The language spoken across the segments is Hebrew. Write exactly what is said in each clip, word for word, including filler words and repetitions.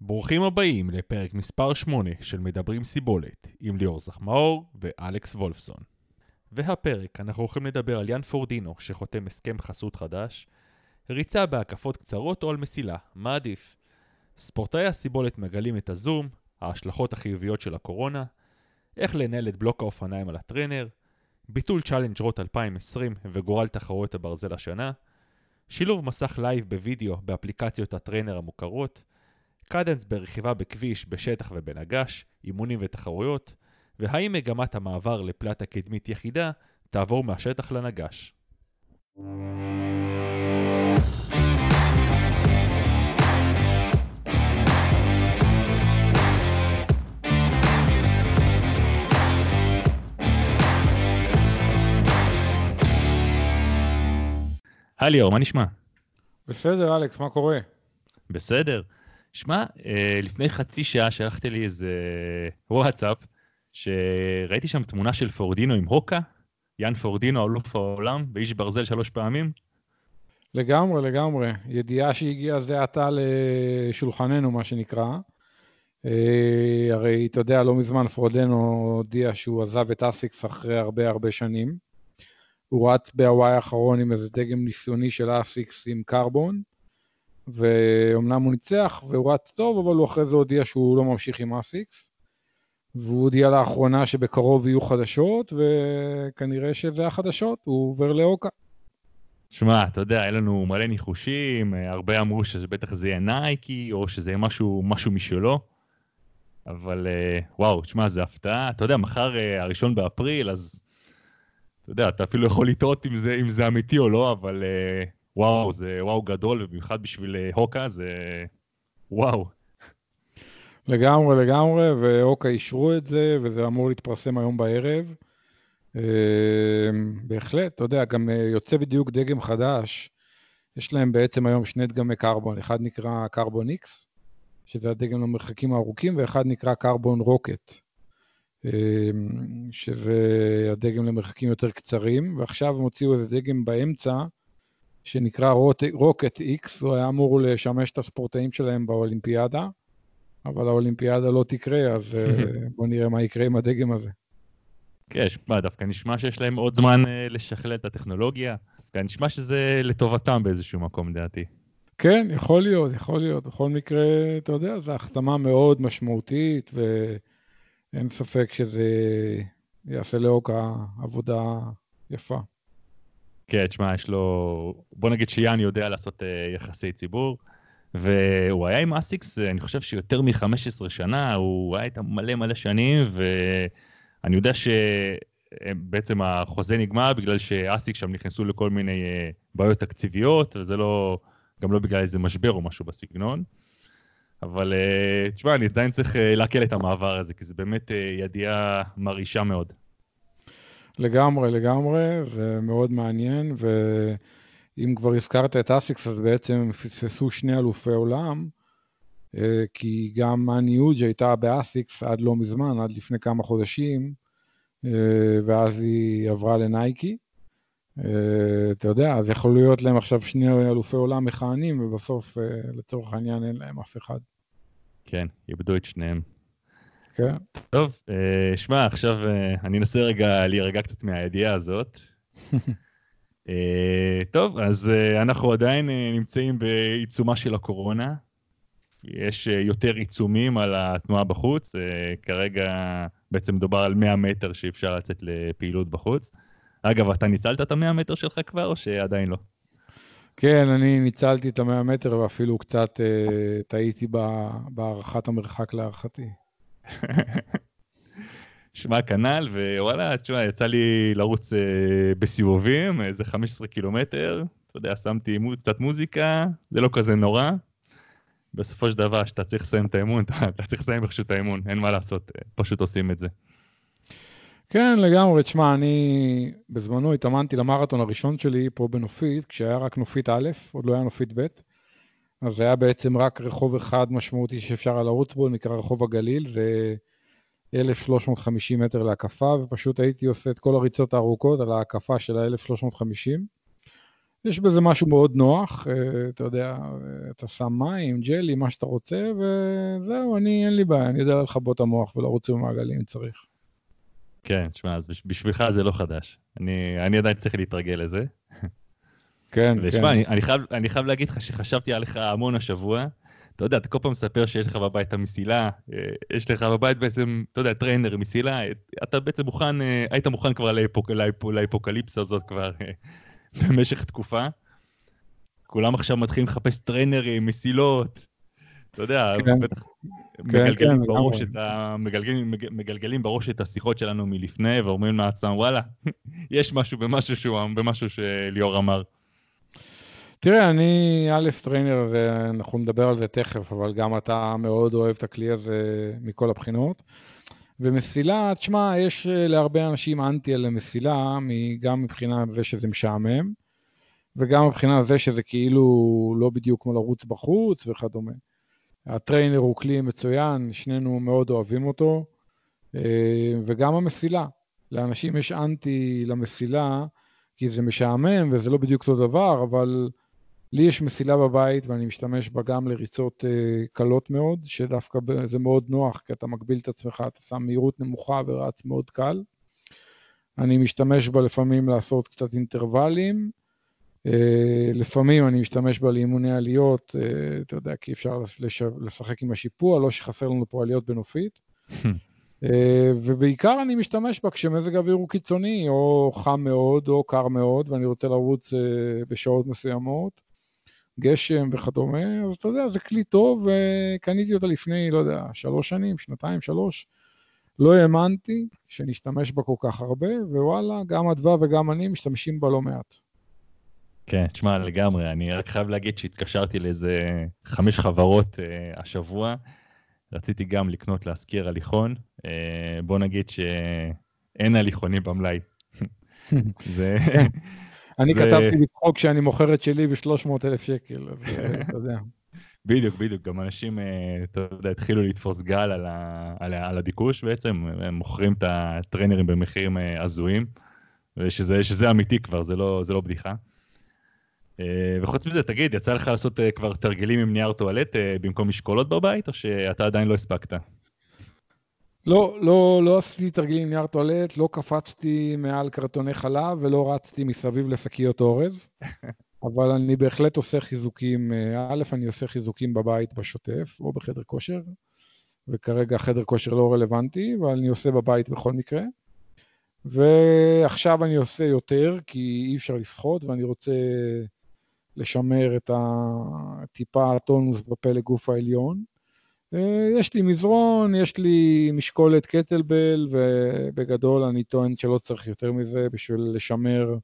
ברוכים הבאים לפרק מספר שמונה של מדברים סיבולת עם ליאור זחמאור ואלכס וולפסון. והפרק אנחנו הולכים לדבר על יאן פורדינו שחותם הסכם חסות חדש, ריצה בהקפות קצרות או על מסילה, מה עדיף? ספורטאי הסיבולת מגלים את הזום, ההשלכות החיוביות של הקורונה, איך לנהל את בלוק האופניים על הטרנר, ביטול צ'אלנג' רוט אלפיים עשרים וגורל תחרויות הברזל השנה, שילוב מסך לייב בווידאו באפליקציות הטרנר המוכרות, קדנס ברכיבה בכביש, בשטח ובנגש, אימונים ותחרויות, והאם מגמת המעבר לפלטה קדמית יחידה תעבור מהשטח לנגש. היי ליאור, מה נשמע? בסדר, אלכס, מה קורה? בסדר. שמע, לפני חצי שעה שלחתי לי איזה וואטסאפ, שראיתי שם תמונה של פורדינו עם הוקה, יאן פורדינו, אלוף העולם, באיש ברזל שלוש פעמים. לגמרי, לגמרי. ידיעה שהגיעה זה עתה לשולחננו, מה שנקרא. הרי, אתה יודע, לא מזמן פורדינו הודיע שהוא עזב את אסיקס אחרי הרבה הרבה שנים. הוא רץ בהוואי האחרון עם איזה דגם ניסיוני של אסיקס עם קרבון, ואומנם הוא ניצח והוא רץ טוב, אבל הוא אחרי זה הודיע שהוא לא ממשיך עם אסיקס, והוא הודיע לאחרונה שבקרוב יהיו חדשות, וכנראה שזה החדשות, הוא עובר לאוקה. שמע, אתה יודע, היה לנו מלא ניחושים, הרבה אמרו שבטח זה יהיה נייקי, או שזה יהיה משהו, משהו משלו, אבל וואו, תשמע, זה הפתעה, אתה יודע, מחר הראשון באפריל, אז אתה יודע, אתה אפילו יכול לטעות אם זה, אם זה אמיתי או לא, אבל וואו, זה וואו גדול, ובמיוחד בשביל הוקה, זה וואו. לגמרי, לגמרי, והוקה אישרו את זה, וזה אמור להתפרסם היום בערב. בהחלט, אתה יודע, גם יוצא בדיוק דגם חדש, יש להם בעצם היום שני דגמי קרבון, אחד נקרא קרבון איקס, שזה הדגם למרחקים הארוכים, ואחד נקרא קרבון רוקט, שזה הדגם למרחקים יותר קצרים, ועכשיו הם הוציאו איזה דגם באמצע, שנקרא רוקט איקס, הוא היה אמור לשמש את הספורטאים שלהם באולימפיאדה, אבל האולימפיאדה לא תקרה, אז בוא נראה מה יקרה עם הדגם הזה. כן, מה, דווקא נשמע שיש להם עוד זמן לשכלל את הטכנולוגיה, דווקא נשמע שזה לטובתם באיזשהו מקום, דעתי. כן, יכול להיות, יכול להיות. בכל מקרה, אתה יודע, זו החתמה מאוד משמעותית, ואין ספק שזה יעשה לאוקה עבודה יפה. כן, תשמע, יש לו, בוא נגיד שיאן יודע לעשות יחסי ציבור, והוא היה עם אסיקס, אני חושב שיותר מ-חמש עשרה שנה, הוא היה איתם מלא מלא שנים, ואני יודע שבעצם החוזה נגמר, בגלל שאסיקס שם נכנסו לכל מיני בעיות תקציביות, וזה לא, גם לא בגלל איזה משבר או משהו בסגנון, אבל תשמע, אני עדיין צריך להקל את המעבר הזה, כי זה באמת ידיעה מרעישה מאוד. לגמרי, לגמרי, זה מאוד מעניין, ואם כבר הזכרת את אסיקס, אז בעצם הם פספסו שני אלופי עולם, כי גם הניוג' הייתה באסיקס עד לא מזמן, עד לפני כמה חודשים, ואז היא עברה לנייקי. אתה יודע, אז יכול להיות להם עכשיו שני אלופי עולם מכהנים, ובסוף לצורך העניין אין להם אף אחד. כן, יבדו את שניהם. כן. טוב, שמע, עכשיו אני אנסה רגע להירגע קצת מהידיעה הזאת. טוב, אז אנחנו עדיין נמצאים בעיצומה של הקורונה. יש יותר עיצומים על התנועה בחוץ. כרגע בעצם מדובר על מאה מטר שאפשר לצאת לפעילות בחוץ. אגב, אתה ניצלת את המאה מטר שלך כבר או שעדיין לא? כן, אני ניצלתי את המאה מטר ואפילו קצת טעיתי בהערכת המרחק להערכתי. שמע כנל, ווואלה, תשמע, יצא לי לרוץ בסיבובים, איזה חמישה עשר קילומטר, אתה יודע, שמתי קצת מוזיקה, זה לא כזה נורא. בסופו של דבר, שאתה צריך לסיים את האימון, אתה, אתה צריך לסיים פשוט האימון, אין מה לעשות, פשוט עושים את זה. כן, לגמרי, תשמע, אני בזמנו התאמנתי למרתון הראשון שלי פה בנופית, כשהיה רק נופית א', עוד לא היה נופית ב', אז היה בעצם רק רחוב אחד משמעותי שאפשר לרוץ בו, נקרא רחוב הגליל, זה אלף שלוש מאות וחמישים מטר להקפה, ופשוט הייתי עושה את כל הריצות הארוכות על ההקפה של ה-אלף שלוש מאות וחמישים. יש בזה משהו מאוד נוח, אה, אתה יודע, אתה שם מים, ג'לי, מה שאתה רוצה, וזהו, אני, אין לי בעיה, אני יודע לכבות את המוח ולרוץ במעגלים אם צריך. כן, תשמע, אז בשבילך זה לא חדש. אני, אני עדיין צריך להתרגל לזה. כן, ושמע, כן. אני, אני, חייב, אני חייב להגיד לך שחשבתי עליך המון השבוע. אתה יודע, אתה כל פעם מספר שיש לך בבית את המסילה, אה, יש לך בבית בעצם, אתה יודע, טריינר מסילה, אתה בעצם מוכן, אה, היית מוכן כבר לאפוק, לאפ, לאפוקליפסה הזאת כבר אה, במשך תקופה. כולם עכשיו מתחילים לחפש טריינרים, מסילות, אתה יודע, כן, בטח כן, כן, מגלגלים בראש לגמרי. את ה... מגלגלים, מג- מגלגלים בראש את השיחות שלנו מלפני, ואומרים לעצמם, וואלה, יש משהו במשהו שהוא, במשהו שליאור אמר. תראה, אני א' טריינר, ואנחנו נדבר על זה תכף, אבל גם אתה מאוד אוהב את הכלי הזה מכל הבחינות. ומסילה, תשמע, יש להרבה אנשים אנטי על המסילה, גם מבחינה זה שזה משעמם, וגם מבחינה זה שזה כאילו לא בדיוק כמו לרוץ בחוץ וכדומה. הטריינר הוא כלי מצוין, שנינו מאוד אוהבים אותו, וגם המסילה. לאנשים יש אנטי למסילה, כי זה משעמם וזה לא בדיוק אותו דבר, אבל לי יש מסילה בבית ואני משתמש בה גם לריצות uh, קלות מאוד, שדווקא זה מאוד נוח, כי אתה מגביל את עצמך, אתה שם מהירות נמוכה ורץ מאוד קל. אני משתמש בה לפעמים לעשות קצת אינטרוולים, uh, לפעמים אני משתמש בה לאימוני עליות, uh, אתה יודע, כי אפשר לש... לשחק עם השיפוע, לא שחסר לנו פה עליות בנופית. uh, ובעיקר אני משתמש בה כשמזג האוויר הוא קיצוני, או חם מאוד או קר מאוד, ואני רוצה לרוץ uh, בשעות מסוימות. גשם וכדומה, אז אתה יודע, זה כלי טוב, וקניתי אותה לפני, לא יודע, שלוש שנים, שנתיים, שלוש, לא האמנתי שנשתמש בה כל כך הרבה, ווואלה, גם אדווה וגם אני משתמשים בה לא מעט. כן, תשמע, לגמרי, אני רק חייב להגיד שהתקשרתי לאיזה חמש חברות uh, השבוע, רציתי גם לקנות להשכיר הליכון, uh, בוא נגיד שאין הליכונים במלאי. זה... כן, אני זה... כתבתי בצחוק שאני מוכר את שלי ב-שלוש מאות אלף שקל, אז אתה יודע. בדיוק, בדיוק, גם אנשים, אתה יודע, התחילו לתפוס גל על, ה, על, ה, על הביקוש בעצם, הם מוכרים את הטריינרים במחירים הזויים, ושזה, שזה אמיתי כבר, זה לא, זה לא בדיחה. וחוץ מזה, תגיד, יצא לך לעשות כבר תרגילים עם נייר טואלט במקום משקולות בבית, או שאתה עדיין לא הספקת? לא, לא, לא עשיתי תרגיל עם נייר טואלט, לא קפצתי מעל קרטוני חלב ולא רצתי מסביב לשקיות אורז. אבל אני בהחלט עושה חיזוקים, א', אני עושה חיזוקים בבית בשוטף, או בחדר כושר, וכרגע חדר כושר לא רלוונטי, אבל אני עושה בבית בכל מקרה. ועכשיו אני עושה יותר, כי אי אפשר לשחות, ואני רוצה לשמר את הטיפה הטונוס בפלג גוף העליון. יש לי מזרון, יש לי משקולת קטלבל, ובגדול אני טוען שלא צריך יותר מזה בשביל לשמר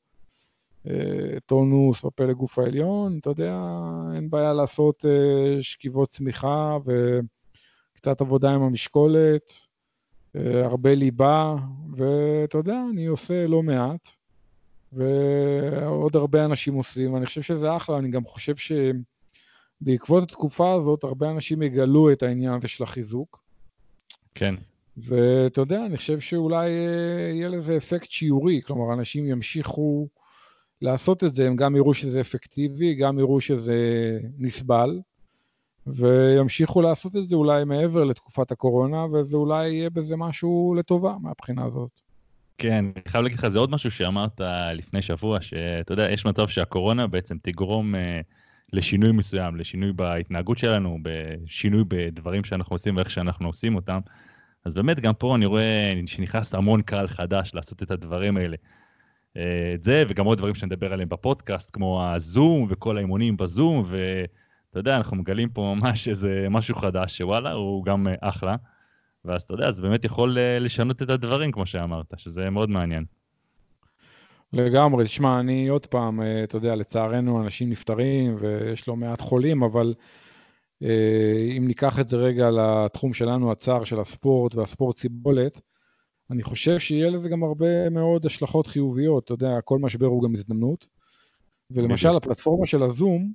טונוס בפלג גוף העליון. אתה יודע, אין בעיה לעשות שכיבות צמיחה וקצת עבודה עם המשקולת, הרבה ליבה, ואתה יודע, אני עושה לא מעט, ועוד הרבה אנשים עושים, ואני חושב שזה אחלה. אני גם חושב שבעקבות התקופה הזאת, הרבה אנשים יגלו את העניין הזה של החיזוק. כן. ואתה יודע, אני חושב שאולי יהיה לזה אפקט שיעורי, כלומר, אנשים ימשיכו לעשות את זה, הם גם יראו שזה אפקטיבי, גם יראו שזה נסבל, וימשיכו לעשות את זה אולי מעבר לתקופת הקורונה, וזה אולי יהיה בזה משהו לטובה מהבחינה הזאת. כן, אני חייב להגיד לך, זה עוד משהו שאמרת לפני שבוע, שאתה יודע, יש מצב שהקורונה בעצם תגרום אה, לשינוי מסוים, לשינוי בהתנהגות שלנו, בשינוי בדברים שאנחנו עושים ואיך שאנחנו עושים אותם. אז באמת גם פה אני רואה שנכנס המון קהל חדש לעשות את הדברים האלה. את זה, וגם עוד דברים שנדבר עליהם בפודקאסט, כמו הזום וכל האימונים בזום, ואתה יודע, אנחנו מגלים פה ממש איזה משהו חדש, שוואלה, הוא גם אחלה, ואז אתה יודע, זה באמת יכול לשנות את הדברים, כמו שאמרת, שזה מאוד מעניין. לגמרי, תשמע, אני עוד פעם, אתה יודע, לצערנו אנשים נפטרים, ויש לא מעט חולים, אבל אם ניקח את זה רגע לתחום שלנו, הצער של הספורט והספורט סיבולת, אני חושב שיהיה לזה גם הרבה מאוד השלכות חיוביות. אתה יודע, כל משבר הוא גם הזדמנות, ולמשל בדיוק. הפלטפורמה של הזום,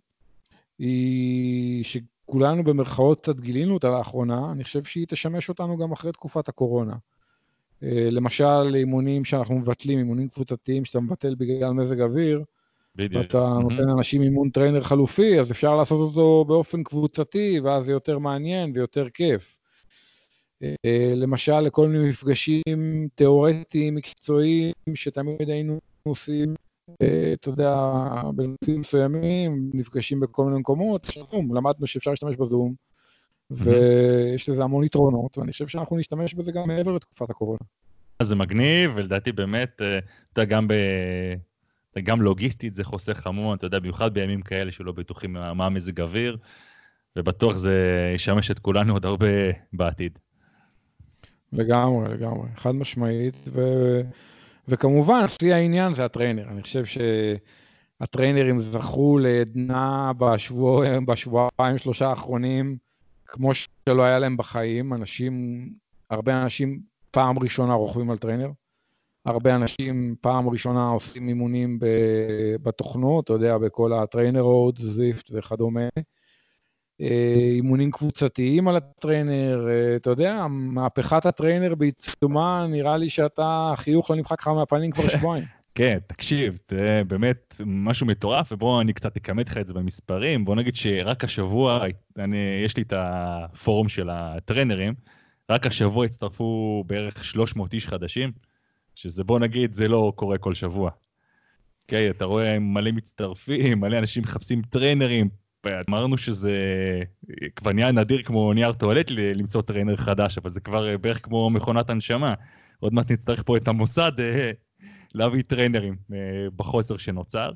היא שכולנו במרכאות קצת גילינו אותה לאחרונה, אני חושב שהיא תשמש אותנו גם אחרי תקופת הקורונה. למשל, אימונים שאנחנו מבטלים, אימונים קבוצתיים שאתה מבטל בגלל מזג אוויר, בדיוק. ואתה נותן לאנשים אימון טריינר חלופי, אז אפשר לעשות אותו באופן קבוצתי, ואז זה יותר מעניין ויותר כיף. למשל, לכל מיני מפגשים תיאורטיים, מקצועיים, שתמיד היינו עושים, אתה יודע, בנושאים מסוימים, נפגשים בכל מיני מקומות, למדנו שאפשר להשתמש בזום, ויש לזה המון יתרונות, ואני חושב שאנחנו נשתמש בזה גם מעבר לתקופת הקורונה. אז זה מגניב, ולדעתי באמת, אתה יודע, גם ב... גם לוגיסטית זה חוסך המון, אתה יודע, במיוחד בימים כאלה שלא בטוחים מה מזג אוויר, ובטוח זה ישמש את כולנו עוד הרבה בעתיד. לגמרי, לגמרי, חד משמעית, ו... וכמובן, שיא העניין זה הטריינר. אני חושב שהטריינרים זכו לעדנה בשבוע... בשבועיים שלושה האחרונים, כמו שלא היה להם בחיים. אנשים, הרבה אנשים פעם ראשונה רוכבים על טריינר, הרבה אנשים פעם ראשונה עושים אימונים בתוכנות, אתה יודע, בכל הטריינר רוד, זוויפט וכדומה, אימונים קבוצתיים על הטריינר, אתה יודע, מהפכת הטריינר בעיצומה, נראה לי שאתה, החיוך לא נמחק לך מהפנים כבר שבועיים. כן, תקשיב, זה באמת משהו מטורף, ובואו אני קצת אכמת לך את זה במספרים, בואו נגיד שרק השבוע, אני, יש לי את הפורום של הטריינרים, רק השבוע הצטרפו בערך שלוש מאות איש חדשים, שזה בוא נגיד, זה לא קורה כל שבוע. אוקיי, אתה רואה מלא מצטרפים, מלא אנשים מחפשים טריינרים, אמרנו שזה כבר נהיה נדיר כמו נייר טואלט למצוא טריינר חדש, אבל זה כבר בערך כמו מכונת הנשמה. עוד מעט נצטרך פה את המוסד להביא טריינרים בחוסר שנוצר.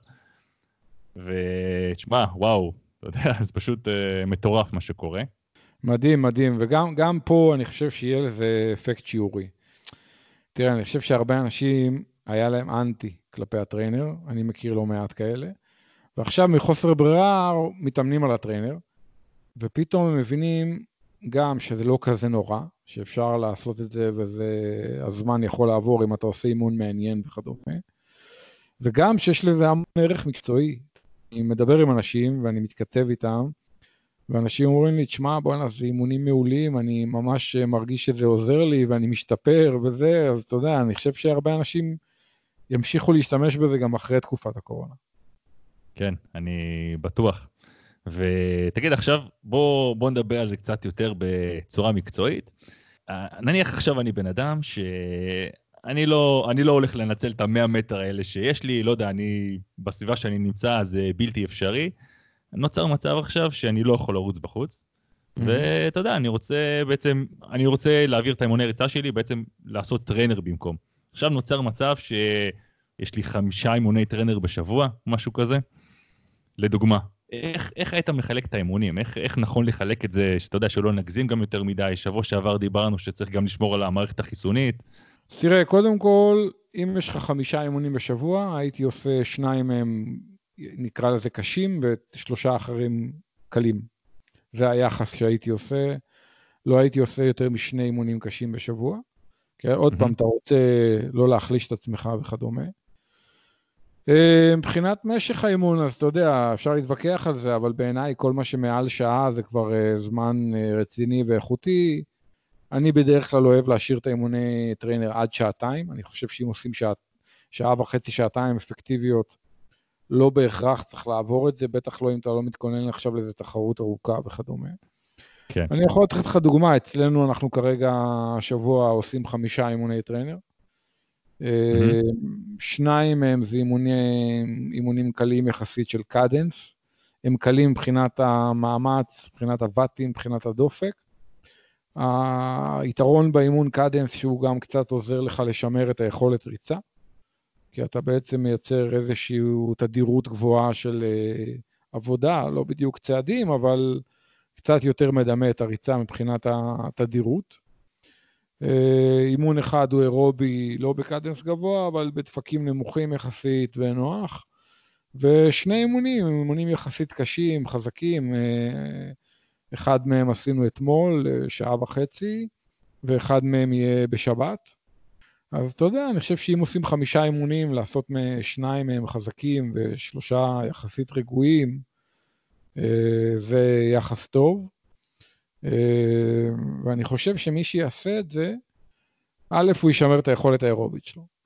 ותשמע, וואו, אתה יודע, זה פשוט מטורף מה שקורה. מדהים, מדהים, וגם גם פה אני חושב שיהיה לזה אפקט שיעורי. תראה, אני חושב שהרבה אנשים היה להם אנטי כלפי הטריינר, אני מכיר לא מעט כאלה, ועכשיו מחוסר ברירה מתאמנים על הטריינר, ופתאום הם מבינים גם שזה לא כזה נורא, שאפשר לעשות את זה, והזמן יכול לעבור אם אתה עושה אימון מעניין וכדומה, וגם שיש לזה המון ערך מקצועי. אני מדבר עם אנשים ואני מתכתב איתם, ואנשים אומרים לי, תשמע, בוא נעשה אימונים מעולים, אני ממש מרגיש שזה עוזר לי, ואני משתפר וזה, אז אתה יודע, אני חושב שהרבה אנשים ימשיכו להשתמש בזה גם אחרי תקופת הקורונה. כן, אני בטוח. ותגיד עכשיו, בוא, בוא נדבר על זה קצת יותר בצורה מקצועית. נניח עכשיו אני בן אדם שאני לא, אני לא הולך לנצל את המאה מטר האלה שיש לי, לא יודע, אני, בסביבה שאני נמצא זה בלתי אפשרי. נוצר מצב עכשיו שאני לא יכול לרוץ בחוץ. Mm-hmm. ואתה יודע, אני רוצה בעצם, אני רוצה להעביר את האימוני ריצה שלי, בעצם לעשות טריינר במקום. עכשיו נוצר מצב שיש לי חמישה אימוני טריינר בשבוע, משהו כזה. לדוגמה, איך, איך היית מחלק את האימונים? איך, איך נכון לחלק את זה, שאתה יודע שלא נגזים גם יותר מדי? שבוע שעבר דיברנו שצריך גם לשמור על המערכת החיסונית. תראה, קודם כל, אם יש לך חמישה אימונים בשבוע, הייתי עושה שניים מהם, נקרא לזה קשים, ושלושה אחרים קלים. זה היחס שהייתי עושה. לא הייתי עושה יותר משני אימונים קשים בשבוע. כי עוד פעם, אתה רוצה לא להחליש את עצמך וכדומה. מבחינת משך האימון, אז אתה יודע, אפשר להתווכח על זה, אבל בעיניי כל מה שמעל שעה זה כבר זמן רציני ואיכותי. אני בדרך כלל אוהב להשאיר את האימוני טריינר עד שעתיים. אני חושב שאם עושים שעה, שעה וחצי, שעתיים אפקטיביות, לא בהכרח צריך לעבור את זה, בטח לא אם אתה לא מתכונן עכשיו לאיזו תחרות ארוכה וכדומה. כן. אני יכול לתת לך דוגמה, אצלנו אנחנו כרגע השבוע עושים חמישה אימוני טריינר. שניים מהם זה אימוני, אימונים קלים יחסית של קדנס, הם קלים מבחינת המאמץ, מבחינת הוואטים, מבחינת הדופק. היתרון באימון קדנס שהוא גם קצת עוזר לך לשמר את היכולת ריצה, כי אתה בעצם מייצר איזושהי תדירות גבוהה של עבודה, לא בדיוק צעדים, אבל קצת יותר מדמה את הריצה מבחינת התדירות. אימון אחד הוא אירובי, לא בקדנס גבוה, אבל בדפקים נמוכים יחסית ונוח, ושני אימונים, אימונים יחסית קשים, חזקים, אחד מהם עשינו אתמול, שעה וחצי, ואחד מהם יהיה בשבת. אז אתה יודע, אני חושב שאם עושים חמישה אימונים, לעשות שניים מהם חזקים ושלושה יחסית רגועים, זה יחס טוב. ואני חושב שמי שיעשה את זה, א', הוא ישמר את היכולת האירובית שלו.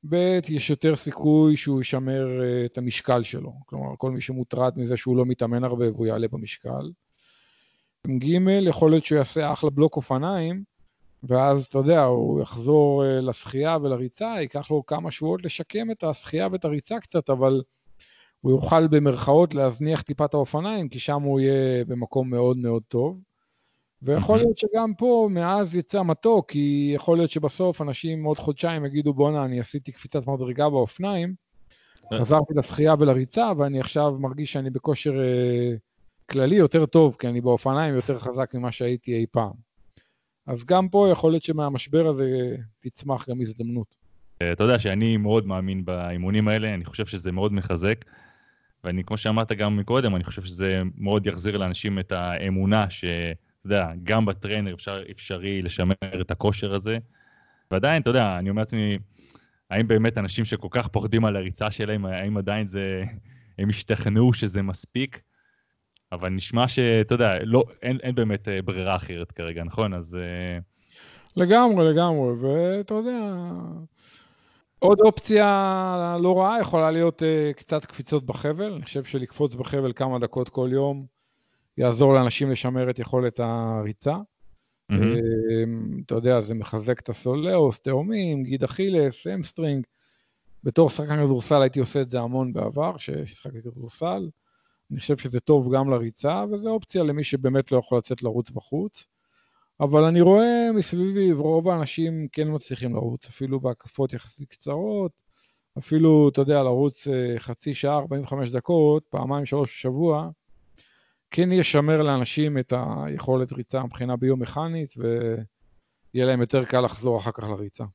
ב', יש יותר סיכוי שהוא ישמר את המשקל שלו. כלומר, כל מי שמוטרד מזה שהוא לא מתאמן הרבה והוא יעלה במשקל. ג', יכול להיות שהוא יעשה אחלה בלוק אופניים, ואז אתה יודע, הוא יחזור לשחייה ולריצה, ייקח לו כמה שבועות לשקם את השחייה ואת הריצה קצת, אבל הוא יוכל במרכאות להזניח טיפה את האופניים, כי שם הוא יהיה במקום מאוד מאוד טוב. ויכול להיות שגם פה מאז יצא מתוק, כי יכול להיות שבסוף אנשים עוד חודשיים יגידו, בונה, אני עשיתי קפיצת מדרגה באופניים, חזרתי לשחייה ולריצה, ואני עכשיו מרגיש שאני בכושר אה, כללי יותר טוב, כי אני באופניים יותר חזק ממה שהייתי אי פעם. אז גם פה יכול להיות שמהמשבר הזה תצמח גם הזדמנות. אתה יודע שאני מאוד מאמין באימונים האלה, אני חושב שזה מאוד מחזק, ואני, כמו שאמרת גם מקודם, אני חושב שזה מאוד יחזיר לאנשים את האמונה ש... אתה יודע, גם בטרנר אפשר, אפשרי לשמר את הכושר הזה, ועדיין, אתה יודע, אני אומר לעצמי, האם באמת אנשים שכל כך פוחדים על הריצה שלהם, האם עדיין זה, הם השתכנעו שזה מספיק, אבל נשמע שאתה יודע, לא, אין, אין באמת ברירה אחרת כרגע, נכון? אז... לגמרי, לגמרי, ואתה יודע, עוד אופציה לא רעה יכולה להיות uh, קצת קפיצות בחבל, אני חושב שלקפוץ בחבל כמה דקות כל יום, יעזור לאנשים לשמר את יכולת הריצה. Mm-hmm. אתה יודע, זה מחזק את הסולאוס, תאומים, גיד אכילס, אמסטרינג. בתור שחקן כדורסל הייתי עושה את זה המון בעבר, כששחקתי כדורסל. אני חושב שזה טוב גם לריצה, וזו אופציה למי שבאמת לא יכול לצאת לרוץ בחוץ. אבל אני רואה מסביבי, רוב האנשים כן מצליחים לרוץ, אפילו בהקפות יחסית קצרות, אפילו, אתה יודע, לרוץ חצי שעה, ארבעים וחמש דקות, פעמיים שלוש שבוע, כן ישמר לאנשים את היכולת ריצה מבחינה ביומכנית, ויהיה להם יותר קל לחזור אחר כך לריצה.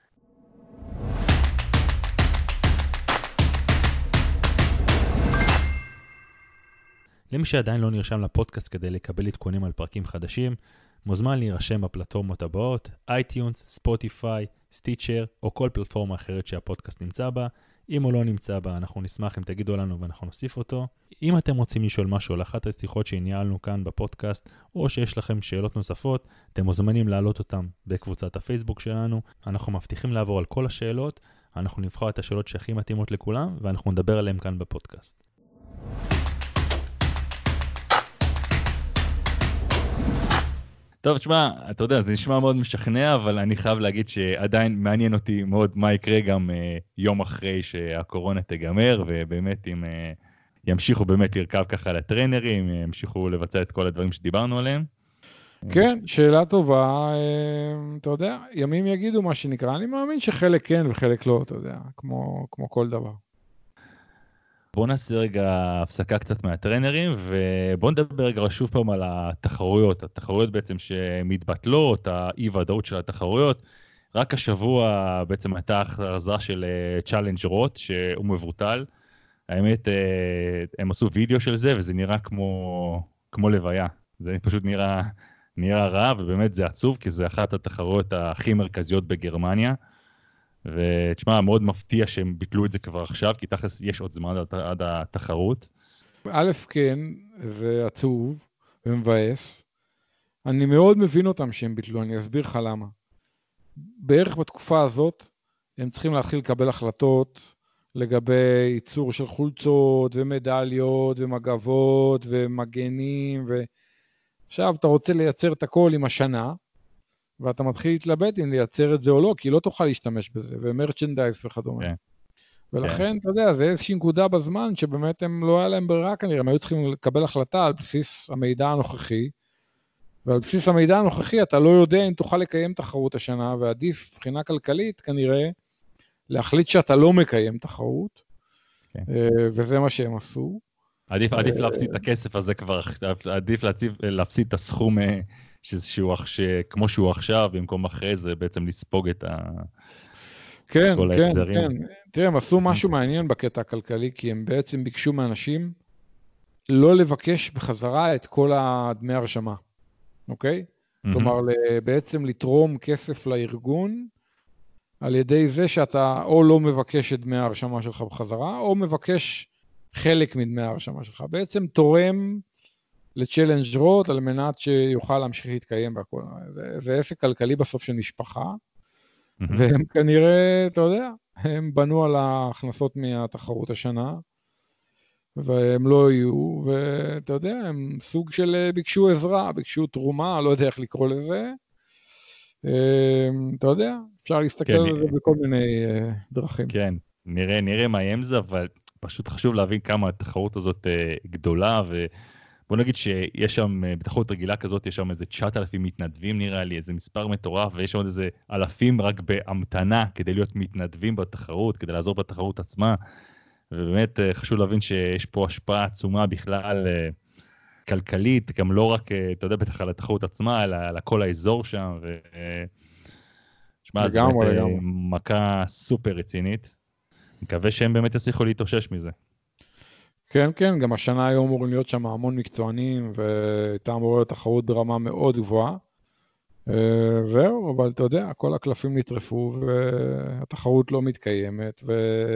למי שעדיין לא נרשם לפודקאסט כדי לקבל עדכונים על פרקים חדשים, מוזמן להירשם בפלטפורמות הבאות, אייטיונס, ספוטיפיי, סטיצ'ר, או כל פלטפורמה אחרת שהפודקאסט נמצא בה. אם הוא לא נמצא בה, אנחנו נשמח אם תגידו לנו ואנחנו נוסיף אותו. אם אתם רוצים לשאול משהו על אחת השיחות שהניהלנו כאן בפודקאסט, או שיש לכם שאלות נוספות, אתם מוזמנים להעלות אותם בקבוצת הפייסבוק שלנו. אנחנו מבטיחים לעבור על כל השאלות, אנחנו נבחר את השאלות שהכי מתאימות לכולם, ואנחנו נדבר עליהם כאן בפודקאסט. טוב, תשמע, אתה יודע, זה נשמע מאוד משכנע, אבל אני חייב להגיד שעדיין מעניין אותי מאוד מה יקרה גם uh, יום אחרי שהקורונה תגמר, ובאמת אם uh, ימשיכו באמת לרכב ככה לטרנרים, ימשיכו לבצע את כל הדברים שדיברנו עליהם. כן, שאלה טובה, אתה יודע, ימים יגידו מה שנקרא, אני מאמין שחלק כן וחלק לא, אתה יודע, כמו, כמו כל דבר. בואו נעשה רגע הפסקה קצת מהטרנרים, ובואו נדבר רגע שוב פעם על התחרויות, התחרויות בעצם שמתבטלות, האי-ודאות של התחרויות. רק השבוע בעצם הייתה הכרזה של צ'אלנג' רוט, שהוא מבוטל. האמת, הם עשו וידאו של זה, וזה נראה כמו, כמו לוויה. זה פשוט נראה, נראה רע, ובאמת זה עצוב, כי זה אחת התחרויות הכי מרכזיות בגרמניה. ותשמע, מאוד מפתיע שהם ביטלו את זה כבר עכשיו, כי תכלס יש עוד זמן עד, עד התחרות. א', כן, זה עצוב ומבאס. אני מאוד מבין אותם שהם ביטלו, אני אסביר לך למה. בערך בתקופה הזאת, הם צריכים להתחיל לקבל החלטות לגבי ייצור של חולצות ומדליות ומגבות ומגנים. ו... עכשיו אתה רוצה לייצר את הכל עם השנה, ואתה מתחיל להתלבט אם לייצר את זה או לא, כי לא תוכל להשתמש בזה, ומרצ'נדייז וכדומה. Okay. ולכן, okay. אתה יודע, זה איזושהי נקודה בזמן, שבאמת הם לא היה להם ברירה כנראה, הם היו צריכים לקבל החלטה על בסיס המידע הנוכחי, ועל בסיס המידע הנוכחי אתה לא יודע אם תוכל לקיים תחרות השנה, ועדיף מבחינה כלכלית כנראה, להחליט שאתה לא מקיים תחרות, okay. וזה מה שהם עשו. עדיף, עדיף להפסיד את הכסף הזה כבר, עדיף להפסיד את הסכום שהוא, כמו שהוא עכשיו, במקום אחרי זה בעצם לספוג את ה... כן, כן, כן. תראה, הם עשו משהו מעניין בקטע הכלכלי, כי הם בעצם ביקשו מאנשים לא לבקש בחזרה את כל הדמי הרשמה, אוקיי? כלומר, בעצם לתרום כסף לארגון, על ידי זה שאתה או לא מבקש את דמי ההרשמה שלך בחזרה, או מבקש חלק מדמי ההרשמה שלך. בעצם תורם לצ'לנג' רוט על מנת שיוכל להמשיך להתקיים בהכל. זה, זה עסק כלכלי בסוף של משפחה, והם כנראה, אתה יודע, הם בנו על ההכנסות מהתחרות השנה, והם לא יהיו, ואתה יודע, הם סוג של ביקשו עזרה, ביקשו תרומה, לא יודע איך לקרוא לזה. אתה יודע, אפשר להסתכל כן, על זה בכל מיני דרכים. כן, נראה, נראה מה יהיה עם זה, אבל פשוט חשוב להבין כמה התחרות הזאת גדולה, ובוא נגיד שיש שם, בתחרות רגילה כזאת, יש שם איזה תשעת אלפים מתנדבים נראה לי, איזה מספר מטורף, ויש שם עוד איזה אלפים רק בהמתנה כדי להיות מתנדבים בתחרות, כדי לעזור בתחרות עצמה, ובאמת חשוב להבין שיש פה השפעה עצומה בכלל כלכלית, גם לא רק, אתה יודע, בטח על התחרות עצמה, אלא על כל האזור שם, ו... שמה, זה באמת לגמרי. מכה סופר רצינית. מקווה שהם באמת יצליחו להתאושש מזה. כן, כן, גם השנה היו אמורים להיות שם המון מקצוענים, והייתה אמורה להיות תחרות ברמה מאוד גבוהה. זהו, אבל אתה יודע, כל הקלפים נטרפו, והתחרות לא מתקיימת,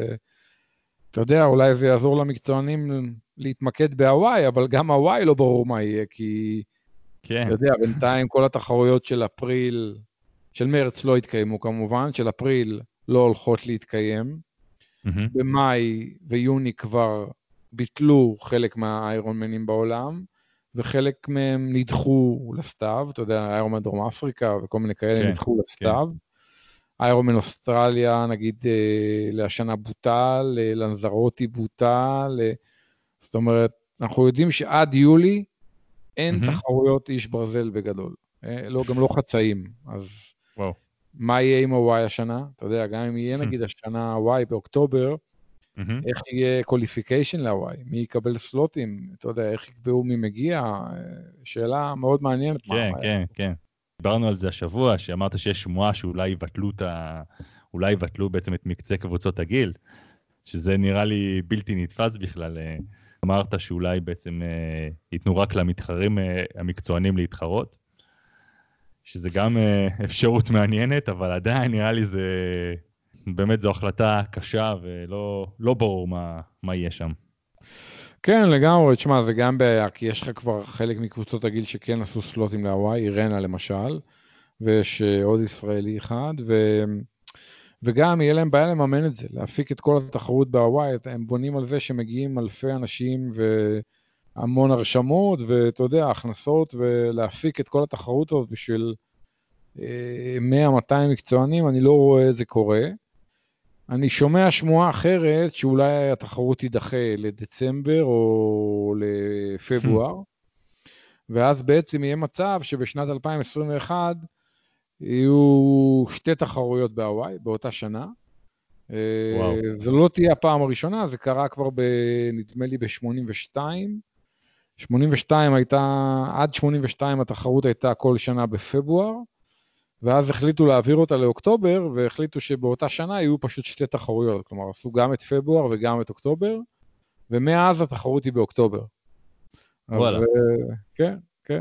ואתה יודע, אולי זה יעזור למקצוענים להתמקד בהוואי, אבל גם הוואי לא ברור מה יהיה, כי כן. אתה יודע, בינתיים כל התחרויות של אפריל, של מרץ לא התקיימו כמובן, של אפריל לא הולכות להתקיים. Mm-hmm. במאי ויוני כבר ביטלו חלק מהאיירונמנים בעולם, וחלק מהם נדחו לסתיו, אתה יודע, איירונמן דרום אפריקה וכל מיני כאלה כן, נדחו לסתיו. כן. איירונמן אוסטרליה, נגיד, לשנה בוטל, לנזרוטי בוטל, זאת אומרת, אנחנו יודעים שעד יולי אין mm-hmm. תחרויות איש ברזל בגדול, לא, גם לא חצאים, אז וואו. מה יהיה עם הוואי השנה? אתה יודע, גם אם יהיה נגיד השנה הוואי באוקטובר, mm-hmm. איך יהיה קוליפיקיישן להוואי? מי יקבל סלוטים? אתה יודע, איך יקבעו מי מגיע? שאלה מאוד מעניינת. כן, מה, כן, מה כן. דיברנו על זה השבוע, שאמרת שיש שמועה שאולי יבטלו את ה... אולי יבטלו בעצם את מקצה קבוצות הגיל, שזה נראה לי בלתי נתפס בכלל. אמרת שאולי בעצם ייתנו רק למתחרים המקצוענים להתחרות. שזה גם אפשרות מעניינת, אבל עדיין נראה לי זה, באמת זו החלטה קשה, ולא לא ברור מה, מה יהיה שם. כן, לגמרי, תשמע, זה גם בעיה, כי יש לך כבר חלק מקבוצות הגיל שכן עשו סלוטים להוואי, אירנה למשל, ויש עוד ישראלי אחד, ו... וגם יהיה להם בעיה לממן את זה, להפיק את כל התחרות בהוואי, הם בונים על זה שמגיעים אלפי אנשים והמון הרשמות, ואתה יודע, הכנסות, ולהפיק את כל התחרות הזאת בשביל מאה מאתיים מקצוענים, אני לא רואה את זה קורה. אני שומע שמועה אחרת, שאולי התחרות תידחה לדצמבר או לפברואר, ואז בעצם יהיה מצב שבשנת אלפיים עשרים ואחת, יהיו שתי תחרויות בהוואי, באותה שנה. וואו. זו לא תהיה הפעם הראשונה, זה קרה כבר ב, נדמה לי ב-שמונים ושתיים. שמונים ושתיים הייתה, עד שמונים ושתיים התחרות הייתה כל שנה בפברואר, ואז החליטו להעביר אותה לאוקטובר, והחליטו שבאותה שנה יהיו פשוט שתי תחרויות, כלומר עשו גם את פברואר וגם את אוקטובר, ומאז התחרות היא באוקטובר. וואלה. אז כן, כן.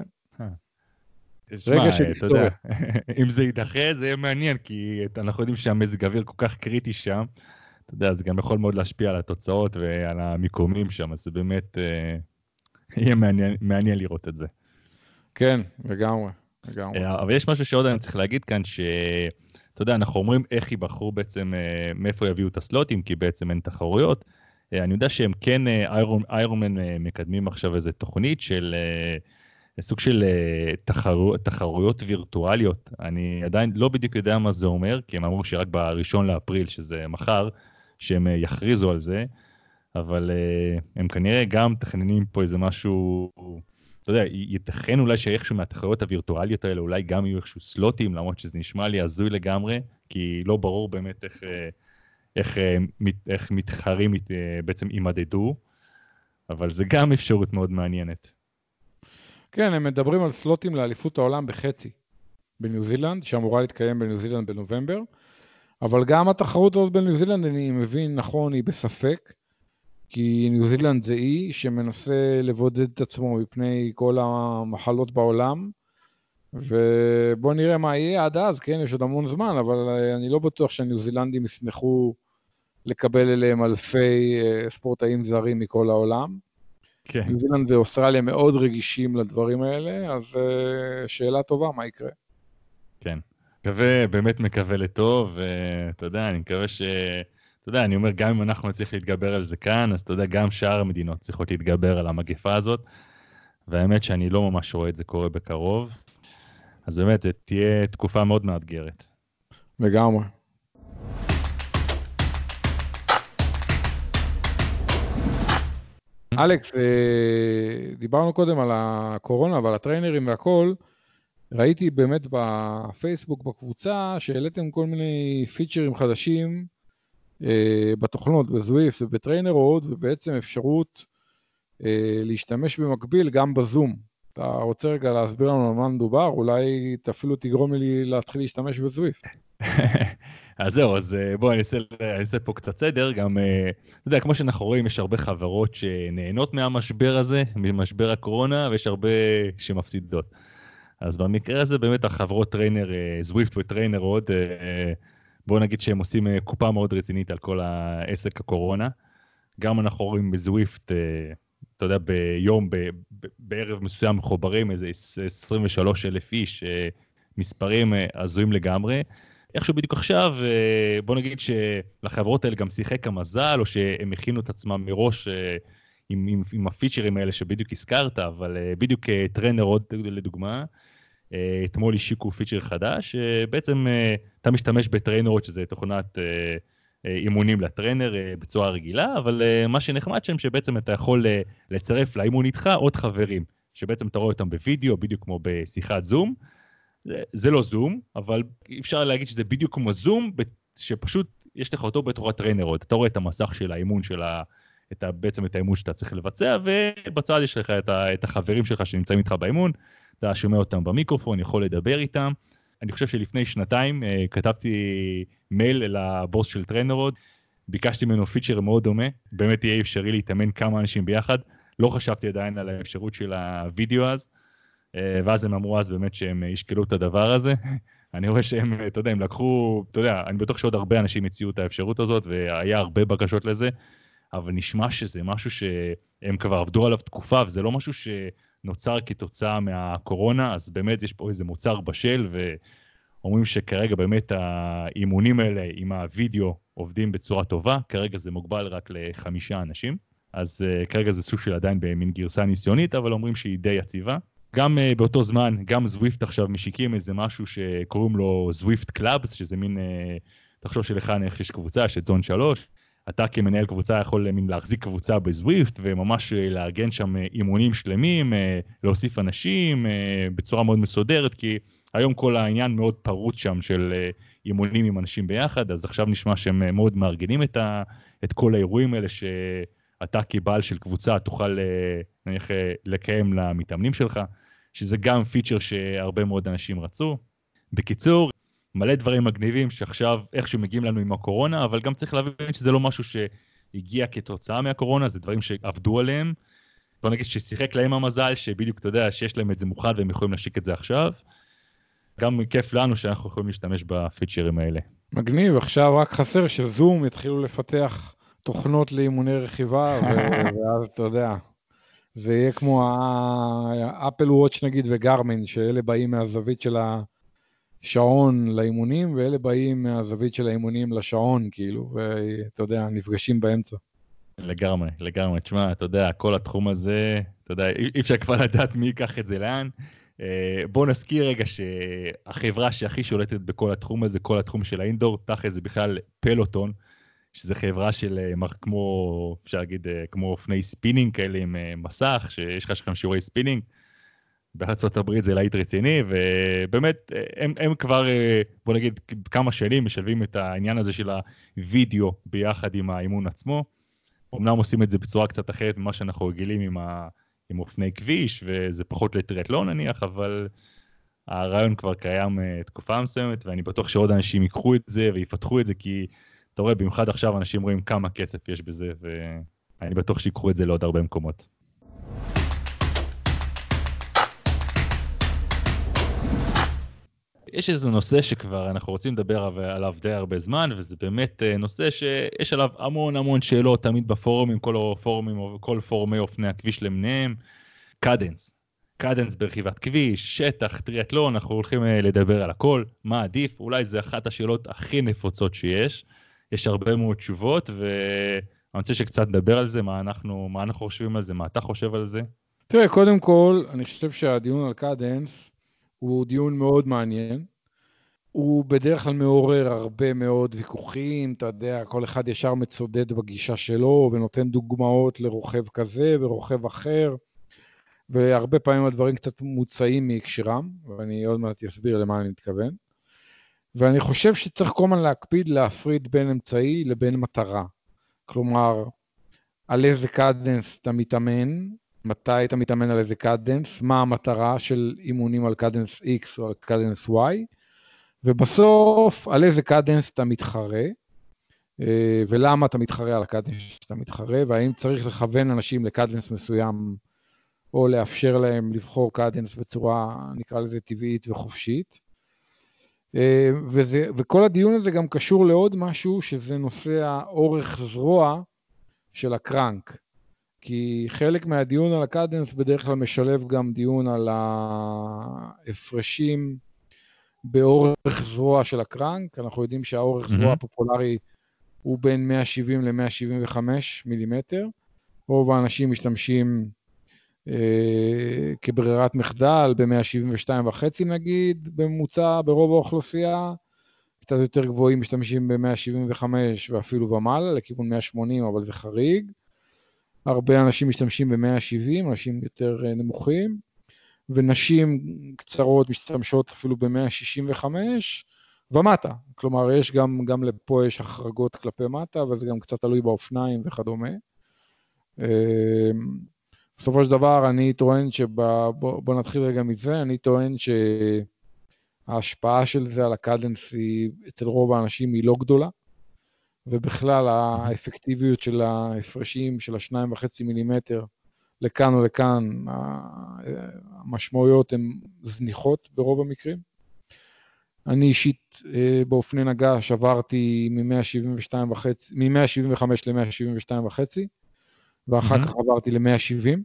רגע של היסטוריה. אם זה יידחה, זה יהיה מעניין, כי אנחנו יודעים שהמזג האוויר כל כך קריטי שם, אתה יודע, זה גם יכול מאוד להשפיע על התוצאות ועל המיקומים שם, אז זה באמת יהיה מעניין, מעניין לראות את זה. כן, לגמרי, לגמרי. אבל יש משהו שעוד אני צריך להגיד כאן, שאתה יודע, אנחנו אומרים איך ייבחרו בעצם, מאיפה יביאו את הסלוטים, כי בעצם אין תחרויות. אני יודע שהם כן, איירונמן מקדמים עכשיו איזו תוכנית של... סוג של תחרו, תחרויות וירטואליות. אני עדיין לא בדיוק יודע מה זה אומר, כי הם אמרו שרק בראשון לאפריל, שזה מחר, שהם יכריזו על זה, אבל הם כנראה גם תכננים פה איזה משהו, אתה יודע, ייתכן אולי שאיכשהו מהתחרויות הווירטואליות האלה, אולי גם יהיו איכשהו סלוטים, למרות שזה נשמע לי הזוי לגמרי, כי לא ברור באמת איך, איך, איך מתחרים בעצם יימדדו, אבל זה גם אפשרות מאוד מעניינת. כן, הם מדברים על סלוטים לאליפות העולם בחצי בניו זילנד, שאמורה להתקיים בניו זילנד בנובמבר, אבל גם התחרות הזאת בניו זילנד, אני מבין נכון, היא בספק, כי ניו זילנד זה אי שמנסה לבודד את עצמו מפני כל המחלות בעולם, ובוא נראה מה יהיה עד אז, כן, יש עוד המון זמן, אבל אני לא בטוח שהניו זילנדים ישמחו לקבל אליהם אלפי ספורטאים זרים מכל העולם. כן. ניו זילנד ואוסטרליה מאוד רגישים לדברים האלה, אז שאלה טובה, מה יקרה? כן. מקווה, באמת מקווה לטוב, ואתה יודע, אני מקווה ש... אתה יודע, אני אומר, גם אם אנחנו נצליח להתגבר על זה כאן, אז אתה יודע, גם שאר המדינות צריכות להתגבר על המגפה הזאת, והאמת שאני לא ממש רואה את זה קורה בקרוב, אז באמת, זה תהיה תקופה מאוד מאתגרת. לגמרי. אלכס, דיברנו קודם על הקורונה ועל הטריינרים והכל, ראיתי באמת בפייסבוק, בקבוצה, שהעליתם כל מיני פיצ'רים חדשים בתוכנות, בזוויפט ובטריינרות, ובעצם אפשרות להשתמש במקביל גם בזום. אתה רוצה רגע להסביר לנו על מה מדובר? אולי אפילו תגרום לי להתחיל להשתמש בזוויפט. אז זהו, אז בואו אני אעשה, אני אעשה פה קצת סדר, גם, אתה יודע, כמו שאנחנו רואים, יש הרבה חברות שנהנות מהמשבר הזה, ממשבר הקורונה, ויש הרבה שמפסידות. אז במקרה הזה באמת החברות טריינר, זוויפט וטריינר עוד, בואו נגיד שהם עושים קופה מאוד רצינית על כל העסק הקורונה. גם אנחנו רואים בזוויפט, אתה יודע, ביום, ב, ב, בערב מסוים מחוברים איזה עשרים ושלושה אלף איש, מספרים הזויים לגמרי. איכשהו בדיוק עכשיו, בוא נגיד שלחברות האלה גם שיחק המזל, או שהם הכינו את עצמם מראש עם, עם, עם הפיצ'רים האלה שבדיוק הזכרת, אבל בדיוק טריינר עוד לדוגמה, אתמול השיקו פיצ'ר חדש, בעצם אתה משתמש בטריינרות, שזה תוכנת אימונים לטריינר בצורה רגילה, אבל מה שנחמד שם, שבעצם אתה יכול לצרף לאימון איתך עוד חברים, שבעצם אתה רואה אותם בווידאו, בדיוק כמו בשיחת זום, זה לא זום, אבל אפשר להגיד שזה בדיוק כמו זום, שפשוט יש לך אותו בתור הטריינרות, אתה רואה את המסך של האימון של ה... את ה... בעצם את האימון שאתה צריך לבצע, ובצד יש לך את, ה... את החברים שלך שנמצאים איתך באימון, אתה שומע אותם במיקרופון, יכול לדבר איתם. אני חושב שלפני שנתיים כתבתי מייל לבוס של טריינרות, ביקשתי ממנו פיצ'ר מאוד דומה, באמת יהיה אפשרי להתאמן כמה אנשים ביחד, לא חשבתי עדיין על האפשרות של הוידאו אז, ואז הם אמרו אז באמת שהם ישקלו את הדבר הזה. אני רואה שהם, אתה יודע, הם לקחו, אתה יודע, אני בטוח שעוד הרבה אנשים הציעו את האפשרות הזאת, והיה הרבה בקשות לזה, אבל נשמע שזה משהו שהם כבר עבדו עליו תקופה, וזה לא משהו שנוצר כתוצאה מהקורונה, אז באמת יש פה איזה מוצר בשל, ואומרים שכרגע באמת האימונים האלה עם הווידאו עובדים בצורה טובה, כרגע זה מוגבל רק לחמישה אנשים, אז כרגע זה סוג של עדיין במין גרסה ניסיונית, אבל אומרים שהיא די יציבה. גם uh, באותו זמן, גם זוויפט עכשיו משיקים איזה משהו שקוראים לו זוויפט קלאבס, שזה מין, uh, תחשוב שלך יש קבוצה, יש את זון שלוש, אתה כמנהל קבוצה יכול מין להחזיק קבוצה בזוויפט, וממש uh, לארגן שם uh, אימונים שלמים, uh, להוסיף אנשים uh, בצורה מאוד מסודרת, כי היום כל העניין מאוד פרוץ שם של uh, אימונים עם אנשים ביחד, אז עכשיו נשמע שהם uh, מאוד מארגנים את, ה, את כל האירועים האלה, שאתה כבעל של קבוצה תוכל uh, נניח, uh, לקיים למתאמנים שלך, שזה גם פיצ'ר שהרבה מאוד אנשים רצו. בקיצור, מלא דברים מגניבים שעכשיו איכשהו מגיעים לנו עם הקורונה, אבל גם צריך להבין שזה לא משהו שהגיע כתוצאה מהקורונה, זה דברים שעבדו עליהם. בוא נגיד ששיחק להם המזל, שבדיוק אתה יודע שיש להם את זה מוכן והם יכולים להשיק את זה עכשיו. גם כיף לנו שאנחנו יכולים להשתמש בפיצ'רים האלה. מגניב, עכשיו רק חסר שזום יתחילו לפתח תוכנות לאימוני רכיבה, ואז אתה יודע, זה יהיה כמו האפל וואץ' נגיד וגרמין, שאלה באים מהזווית של השעון לאימונים, ואלה באים מהזווית של האימונים לשעון, כאילו, ואתה יודע, נפגשים באמצע. לגמרי, לגמרי. תשמע, אתה יודע, כל התחום הזה, אתה יודע, אי אפשר כבר לדעת מי ייקח את זה לאן. בואו נזכיר רגע שהחברה שהכי שולטת בכל התחום הזה, כל התחום של האינדור, תחת זה בכלל פלוטון, שזה חברה של, כמו, אפשר להגיד, כמו אופני ספינינג כאלה עם מסך, שיש לך שם שיעורי ספינינג, בארצות הברית זה להיט רציני, ובאמת, הם, הם כבר, בוא נגיד, כמה שנים משלבים את העניין הזה של הוידאו ביחד עם האימון עצמו, אמנם עושים את זה בצורה קצת אחרת ממה שאנחנו רגילים עם, ה, עם אופני כביש, וזה פחות לטריאטלון נניח, אבל הרעיון כבר קיים תקופה מסוימת, ואני בטוח שעוד אנשים ייקחו את זה ויפתחו את זה, כי אתה רואה, במיוחד עכשיו אנשים רואים כמה כסף יש בזה, ואני בטוח שיקחו את זה לעוד הרבה מקומות. יש איזה נושא שכבר אנחנו רוצים לדבר עליו די הרבה זמן, וזה באמת נושא שיש עליו המון המון שאלות, תמיד בפורומים, כל הפורומים, כל פורומי אופני הכביש למיניהם, קדנס. קדנס ברכיבת כביש, שטח, טריאטלון, אנחנו הולכים לדבר על הכל, מה עדיף, אולי זה אחת השאלות הכי נפוצות שיש, יש הרבה מאוד תשובות, ואני רוצה שקצת נדבר על זה, מה אנחנו, מה אנחנו חושבים על זה, מה אתה חושב על זה? תראה, קודם כל, אני חושב שהדיון על קדנס הוא דיון מאוד מעניין, הוא בדרך כלל מעורר הרבה מאוד ויכוחים, אתה יודע, כל אחד ישר מצודד בגישה שלו, ונותן דוגמאות לרוכב כזה ורוכב אחר, והרבה פעמים הדברים קצת מוצאים מהקשרם, ואני עוד מעט אסביר למה אני מתכוון. ואני חושב שצריך כל הזמן להקפיד להפריד בין אמצעי לבין מטרה. כלומר, על איזה קדנס אתה מתאמן, מתי אתה מתאמן על איזה קדנס, מה המטרה של אימונים על קדנס X או על קדנס Y, ובסוף על איזה קדנס אתה מתחרה, ולמה אתה מתחרה על הקדנס שאתה מתחרה, והאם צריך לכוון אנשים לקדנס מסוים, או לאפשר להם לבחור קדנס בצורה, נקרא לזה טבעית וחופשית. וזה, וכל הדיון הזה גם קשור לעוד משהו, שזה נושא האורך זרוע של הקרנק. כי חלק מהדיון על הקדנס בדרך כלל משלב גם דיון על ההפרשים באורך זרוע של הקרנק. אנחנו יודעים שהאורך זרוע הפופולרי הוא בין מאה שבעים ל-מאה שבעים וחמש מילימטר. רוב האנשים משתמשים אה, כברירת מחדל ב-מאה שבעים ושתיים וחצי נגיד, בממוצע ברוב האוכלוסייה. קצת יותר גבוהים משתמשים ב-מאה שבעים וחמש ואפילו ומעלה, לכיוון מאה שמונים, אבל זה חריג. הרבה אנשים משתמשים ב-מאה שבעים, אנשים יותר נמוכים, ונשים קצרות משתמשות אפילו ב-מאה שישים וחמש ומטה. כלומר, יש גם, גם לפה יש החרגות כלפי מטה, וזה גם קצת תלוי באופניים וכדומה. בסופו של דבר, אני טוען שבא, בוא, בוא נתחיל רגע מזה, אני טוען שההשפעה של זה על הקדנס היא, אצל רוב האנשים היא לא גדולה, ובכלל האפקטיביות של ההפרשים של השניים וחצי מילימטר לכאן או לכאן, המשמעויות הן זניחות ברוב המקרים. אני אישית באופני נגש עברתי מ-מאה שבעים וחמש ל-מאה שבעים ושתיים וחצי, ואחר כך עברתי ל-מאה שבעים.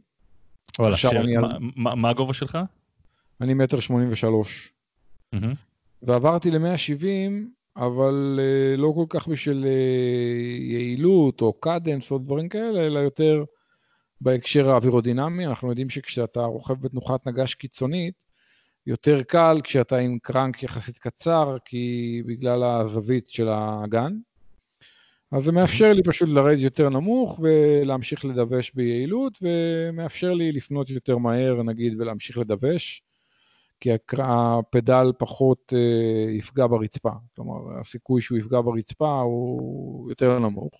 מה הגובה שלך? אני מטר שמונים ושלוש. ועברתי ל-מאה שבעים, אבל לא כל כך בשביל יעילות או קדנס או דברים כאלה, אלא יותר בהקשר האווירודינמי. אנחנו יודעים שכשאתה רוכב בתנוחת נגש קיצונית, יותר קל כשאתה עם קרנק יחסית קצר, כי בגלל הזווית של האגן. אז זה מאפשר לי פשוט לרדת יותר נמוך ולהמשיך לדווש ביעילות, ומאפשר לי לפנות יותר מהר, נגיד, ולהמשיך לדווש, כי הפדל פחות uh, יפגע ברצפה. כלומר, הסיכוי שהוא יפגע ברצפה הוא יותר נמוך.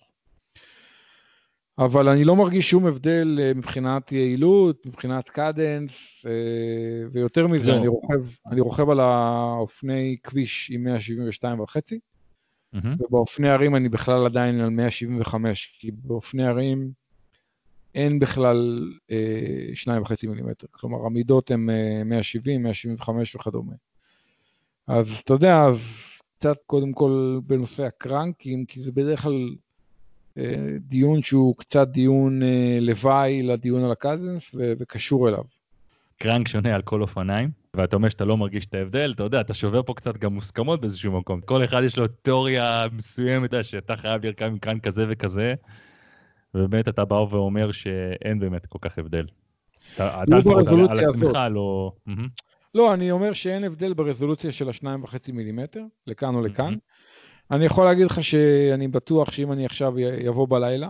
אבל אני לא מרגיש שום הבדל מבחינת יעילות, מבחינת קדנס, ויותר מזה, אני רוכב, אני רוכב על האופני כביש עם מאה שבעים ושתיים וחצי, ובאופני ערים אני בכלל עדיין על מאה שבעים וחמש, כי באופני ערים אין בכלל שניים וחצי מילימטר, כלומר המידות הן מאה שבעים, מאה שבעים וחמש וכדומה. אז אתה יודע, אז קצת קודם כל בנושא הקרנקים, כי זה בדרך כלל דיון שהוא קצת דיון לוואי לדיון על הקדנס וקשור אליו. קרנק שונה על כל אופניים, ואתה אומר שאתה לא מרגיש את ההבדל, אתה יודע, אתה שובר פה קצת גם מוסכמות באיזשהו מקום. כל אחד יש לו תיאוריה מסוימת שאתה חייב לרכב עם קרנק כזה וכזה, ובאמת אתה בא ואומר שאין באמת כל כך הבדל. אתה לפחות על עצמך לא... לא, אני אומר שאין הבדל ברזולוציה של השניים וחצי מילימטר, לכאן או לכאן. אני יכול להגיד לך שאני בטוח שאם אני עכשיו יבוא בלילה,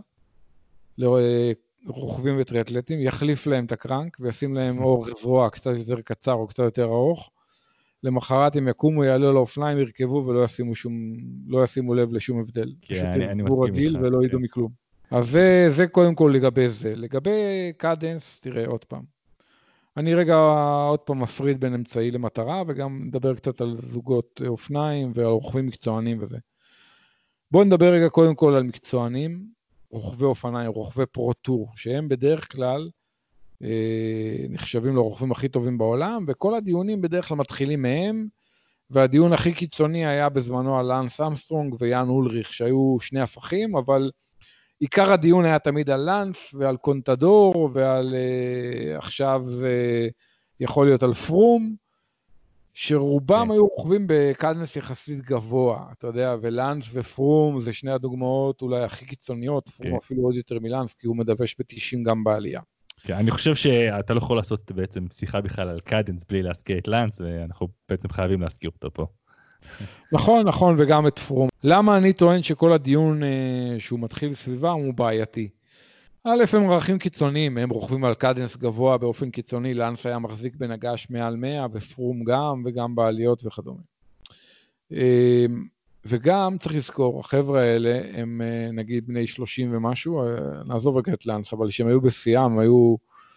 לרוכבים וטריאטלטים, יחליף להם את הקרנק, וישים להם אור זרוע קצת יותר קצר או קצת יותר ארוך, למחרת הם יקומו, יעלו לאופניים, ירכבו ולא ישימו שום, לא ישימו לב לשום הבדל. כן, אני, אני מסכים איתך. רגיל ולא ידעו מכלום. אז זה, זה קודם כל לגבי זה. לגבי קדנס, תראה עוד פעם. אני רגע עוד פעם מפריד בין אמצעי למטרה, וגם נדבר קצת על זוגות אופניים ועל רוכבים מקצוענים וזה. בואו נדבר רגע קודם כל על מקצוענים, רוכבי אופניים, רוכבי פרו-טור, שהם בדרך כלל אה, נחשבים לרוכבים הכי טובים בעולם, וכל הדיונים בדרך כלל מתחילים מהם, והדיון הכי קיצוני היה בזמנו על לאנס אמסטרונג ויאן אולריך, שהיו שני הפכים, אבל עיקר הדיון היה תמיד על לאנס ועל קונטדור, ועל אה, עכשיו זה יכול להיות על פרום, שרובם כן. היו רוכבים בקדנס יחסית גבוה, אתה יודע, ולאנס ופרום זה שני הדוגמאות אולי הכי קיצוניות, פרום כן. אפילו עוד יותר מלאנס, כי הוא מדבש ב-תשעים גם בעלייה. כן, אני חושב שאתה לא יכול לעשות בעצם שיחה בכלל על קדנס בלי להזכיר את לאנס, ואנחנו בעצם חייבים להזכיר אותו פה. נכון, נכון, וגם את פרום. למה אני טוען שכל הדיון אה, שהוא מתחיל סביבם הוא בעייתי? א', הם ערכים קיצוניים, הם רוכבים על קדנס גבוה באופן קיצוני, לאנס היה מחזיק בנגש מעל מאה, ופרום גם, וגם בעליות וכדומה. אה, וגם צריך לזכור, החבר'ה האלה הם אה, נגיד בני שלושים ומשהו, אה, נעזוב רגע את לאנס, אבל שהם היו בשיאם, הם היו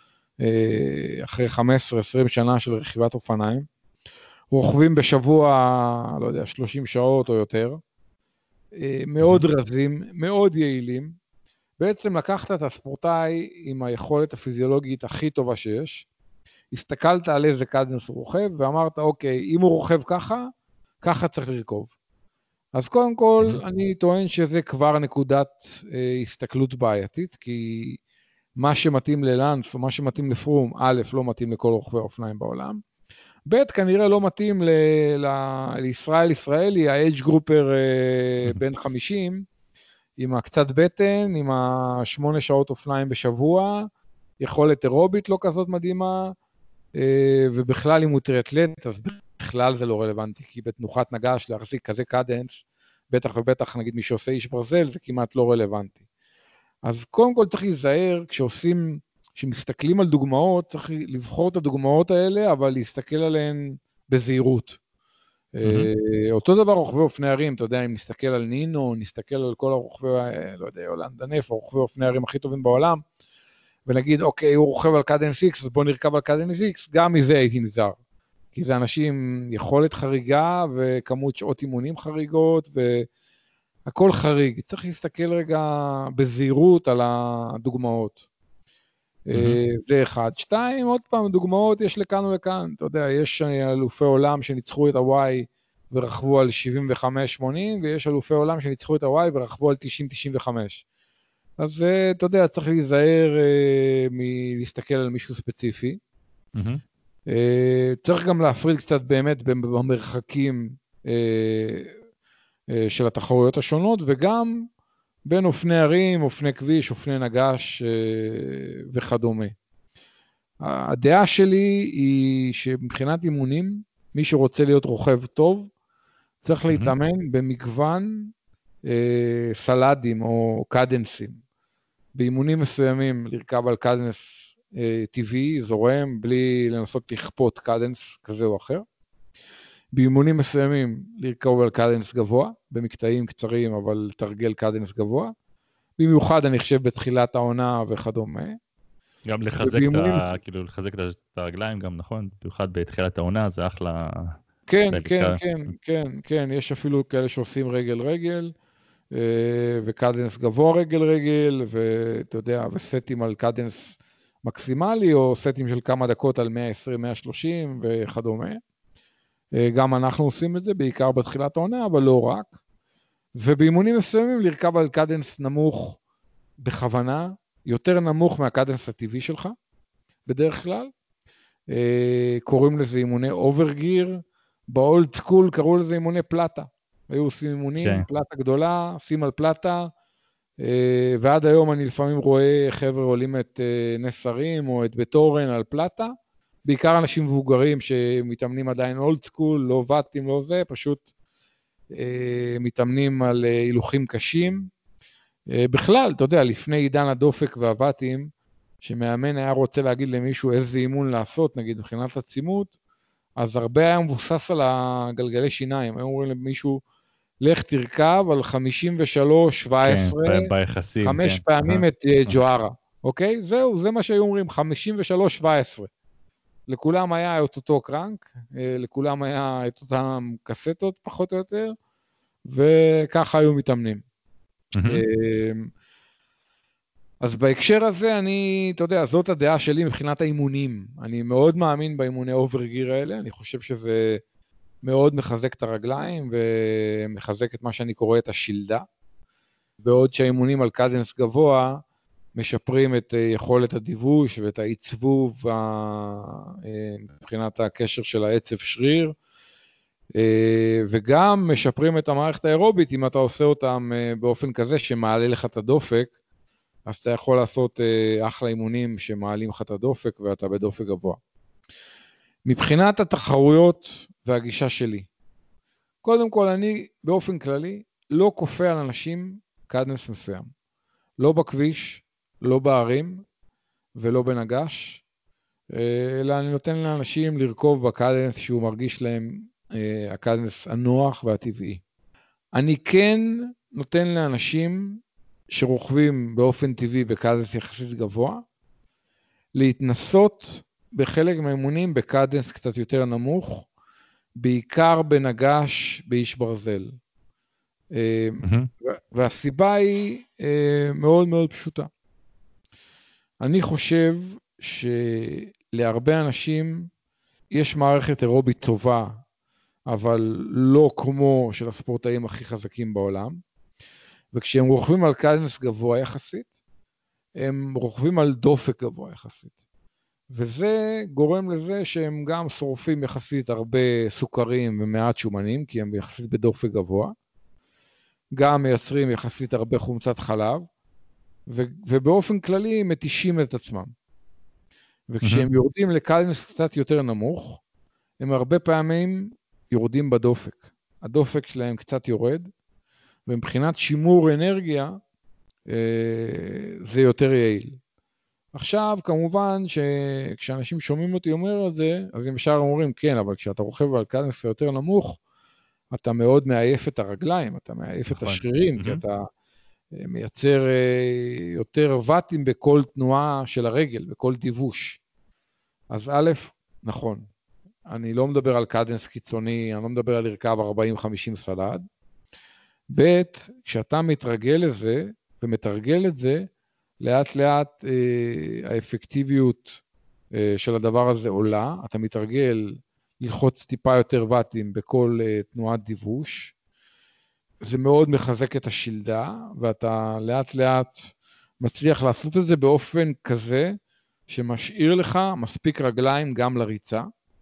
אה, אחרי חמש עשרה עשרים שנה של רכיבת אופניים, רוכבים בשבוע, לא יודע, שלושים שעות או יותר, מאוד רזים, מאוד יעילים. בעצם לקחת את הספורטאי עם היכולת הפיזיולוגית הכי טובה שיש, הסתכלת על איזה קדנס הוא רוכב, ואמרת, אוקיי, אם הוא רוכב ככה, ככה צריך לרכוב. אז קודם כל, אני טוען שזה כבר נקודת אה, הסתכלות בעייתית, כי מה שמתאים ללאנס או מה שמתאים לפרום, א', לא מתאים לכל רוכבי האופניים בעולם, ב', כנראה לא מתאים ל, ל, לישראל ישראלי, האייג' גרופר אה, בן חמישים, עם הקצת בטן, עם השמונה שעות אופניים בשבוע, יכולת אירובית לא כזאת מדהימה, אה, ובכלל אם הוא טריאטלט, אז בכלל זה לא רלוונטי, כי בתנוחת נגש להחזיק כזה קדנס, בטח ובטח נגיד מי שעושה איש ברזל, זה כמעט לא רלוונטי. אז קודם כל צריך להיזהר, כשעושים, כשמסתכלים על דוגמאות, צריך לבחור את הדוגמאות האלה, אבל להסתכל עליהן בזהירות. Mm-hmm. אותו דבר רוכבי אופני הרים, אתה יודע, אם נסתכל על נינו, נסתכל על כל הרוכבי, לא יודע, הולנד דנף, הרוכבי אופני הרים הכי טובים בעולם, ונגיד, אוקיי, הוא רוכב על קדנס איקס, אז בוא נרכב על קדנס איקס, גם מזה הייתי נזהר. כי זה אנשים יכולת חריגה, וכמות שעות אימונים חריגות, והכל חריג. צריך להסתכל רגע בזהירות על הדוגמאות. Mm-hmm. זה אחד. שתיים, עוד פעם, דוגמאות יש לכאן ולכאן. אתה יודע, יש אלופי עולם שניצחו את הוואי ורחבו על שבעים וחמש שמונים, ויש אלופי עולם שניצחו את הוואי ורחבו על תשעים תשעים וחמש. אז אתה יודע, צריך להיזהר uh, מלהסתכל על מישהו ספציפי. Mm-hmm. Uh, צריך גם להפריד קצת באמת במרחקים uh, uh, של התחרויות השונות, וגם בין אופני הרים, אופני כביש, אופני נגש uh, וכדומה. הדעה שלי היא שמבחינת אימונים, מי שרוצה להיות רוכב טוב, צריך mm-hmm. להתאמן במגוון uh, סלדים או קדנסים. באימונים מסוימים לרכב על קדנס אה, טבעי, זורם, בלי לנסות לכפות קדנס כזה או אחר. באימונים מסוימים לרכב על קדנס גבוה, במקטעים קצרים, אבל תרגל קדנס גבוה. במיוחד אני חושב בתחילת העונה וכדומה. גם לחזק, ובאימונים... את, ה... כאילו, לחזק את הרגליים גם, נכון? במיוחד בתחילת העונה, זה אחלה... כן, כן, כן, כן, כן, יש אפילו כאלה שעושים רגל רגל, וקדנס גבוה רגל רגל, ואתה יודע, וסטים על קדנס מקסימלי, או סטים של כמה דקות על מאה עשרים מאה שלושים וכדומה. גם אנחנו עושים את זה, בעיקר בתחילת העונה, אבל לא רק. ובאימונים מסוימים לרכב על קדנס נמוך בכוונה, יותר נמוך מהקדנס הטבעי שלך, בדרך כלל. קוראים לזה אימוני אוברגיר, באולד סקול קראו לזה אימוני פלטה. היו עושים אימונים, okay. פלטה גדולה, עושים על פלטה, ועד היום אני לפעמים רואה חבר'ה עולים את נס הרים או את בטורן על פלטה, בעיקר אנשים מבוגרים שמתאמנים עדיין אולד סקול, לא וטים, לא זה, פשוט מתאמנים על הילוכים קשים. בכלל, אתה יודע, לפני עידן הדופק והוותים, שמאמן היה רוצה להגיד למישהו איזה אימון לעשות, נגיד מבחינת עצימות, אז הרבה היה מבוסס על הגלגלי שיניים, היו אומרים למישהו, לך תרכב על חמישים ושלוש שבע עשרה, כן, ביחסים, חמש כן. פעמים את ג'וארה, אוקיי? זהו, זה מה שהיו אומרים, חמישים ושלוש שבע עשרה. לכולם היה את אותו קרנק, לכולם היה את אותם קסטות פחות או יותר, וככה היו מתאמנים. אז בהקשר הזה אני, אתה יודע, זאת הדעה שלי מבחינת האימונים. אני מאוד מאמין באימוני אוברגיר האלה, אני חושב שזה מאוד מחזק את הרגליים ומחזק את מה שאני קורא את השילדה. בעוד שהאימונים על קדנס גבוה משפרים את יכולת הדיווש ואת העיצבוב מבחינת הקשר של העצב שריר, וגם משפרים את המערכת האירובית אם אתה עושה אותם באופן כזה שמעלה לך את הדופק, אז אתה יכול לעשות אחלה אימונים שמעלים לך את הדופק ואתה בדופק גבוה. מבחינת התחרויות והגישה שלי, קודם כל אני באופן כללי לא כופה על אנשים קדנס מסוים, לא בכביש, לא בערים ולא בנגש, אלא אני נותן לאנשים לרכוב בקדנס שהוא מרגיש להם הקדנס הנוח והטבעי. אני כן נותן לאנשים שרוכבים באופן טבעי בקדנס יחסית גבוה, להתנסות בחלק מהאימונים בקדנס קצת יותר נמוך, בעיקר בנגש באיש ברזל. Mm-hmm. והסיבה היא מאוד מאוד פשוטה. אני חושב שלהרבה אנשים יש מערכת אירובית טובה, אבל לא כמו של הספורטאים הכי חזקים בעולם, וכשהם רוכבים על קדנס גבוה יחסית, הם רוכבים על דופק גבוה יחסית. וזה גורם לזה שהם גם שורפים יחסית הרבה סוכרים ומעט שומנים, כי הם יחסית בדופק גבוה, גם מייצרים יחסית הרבה חומצת חלב, ו- ובאופן כללי מתישים את עצמם. וכשהם יורדים לקדנס קצת יותר נמוך, הם הרבה פעמים יורדים בדופק. הדופק שלהם קצת יורד, ומבחינת שימור אנרגיה, זה יותר יעיל. עכשיו, כמובן שכשאנשים שומעים אותי אומר את זה, אז הם ישר אומרים, כן, אבל כשאתה רוכב על קדנס יותר נמוך, אתה מאוד מעייף את הרגליים, אתה מעייף את השרירים, כי אתה מייצר יותר וטים בכל תנועה של הרגל, בכל דיווש. אז א', נכון, אני לא מדבר על קדנס קיצוני, אני לא מדבר על לרכב ארבעים חמישים סלד. ב', כשאתה מתרגל לזה, ומתרגל את זה, לאט לאט אה, האפקטיביות אה, של הדבר הזה עולה, אתה מתרגל ללחוץ טיפה יותר וטים בכל אה, תנועת דיווש, זה מאוד מחזק את השלדה, ואתה לאט לאט מצליח לעשות את זה באופן כזה, שמשאיר לך מספיק רגליים גם לריצה,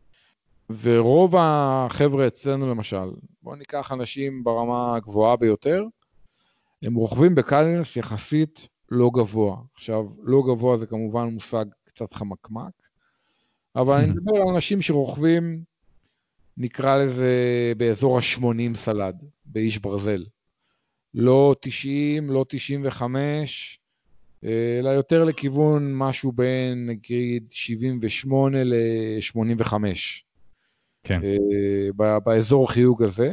ורוב החבר'ה אצלנו למשל, בואו ניקח אנשים ברמה הגבוהה ביותר, הם רוכבים בקדנס יחסית לא גבוה. עכשיו, לא גבוה זה כמובן מושג קצת חמקמק, אבל אני מדבר על אנשים שרוכבים, נקרא לזה באזור ה-שמונים סלד, באיש ברזל. לא תשעים, לא תשעים וחמש, אלא יותר לכיוון משהו בין, נגיד, שבעים ושמונה ל-שמונים וחמש. כן. באזור חיוג הזה.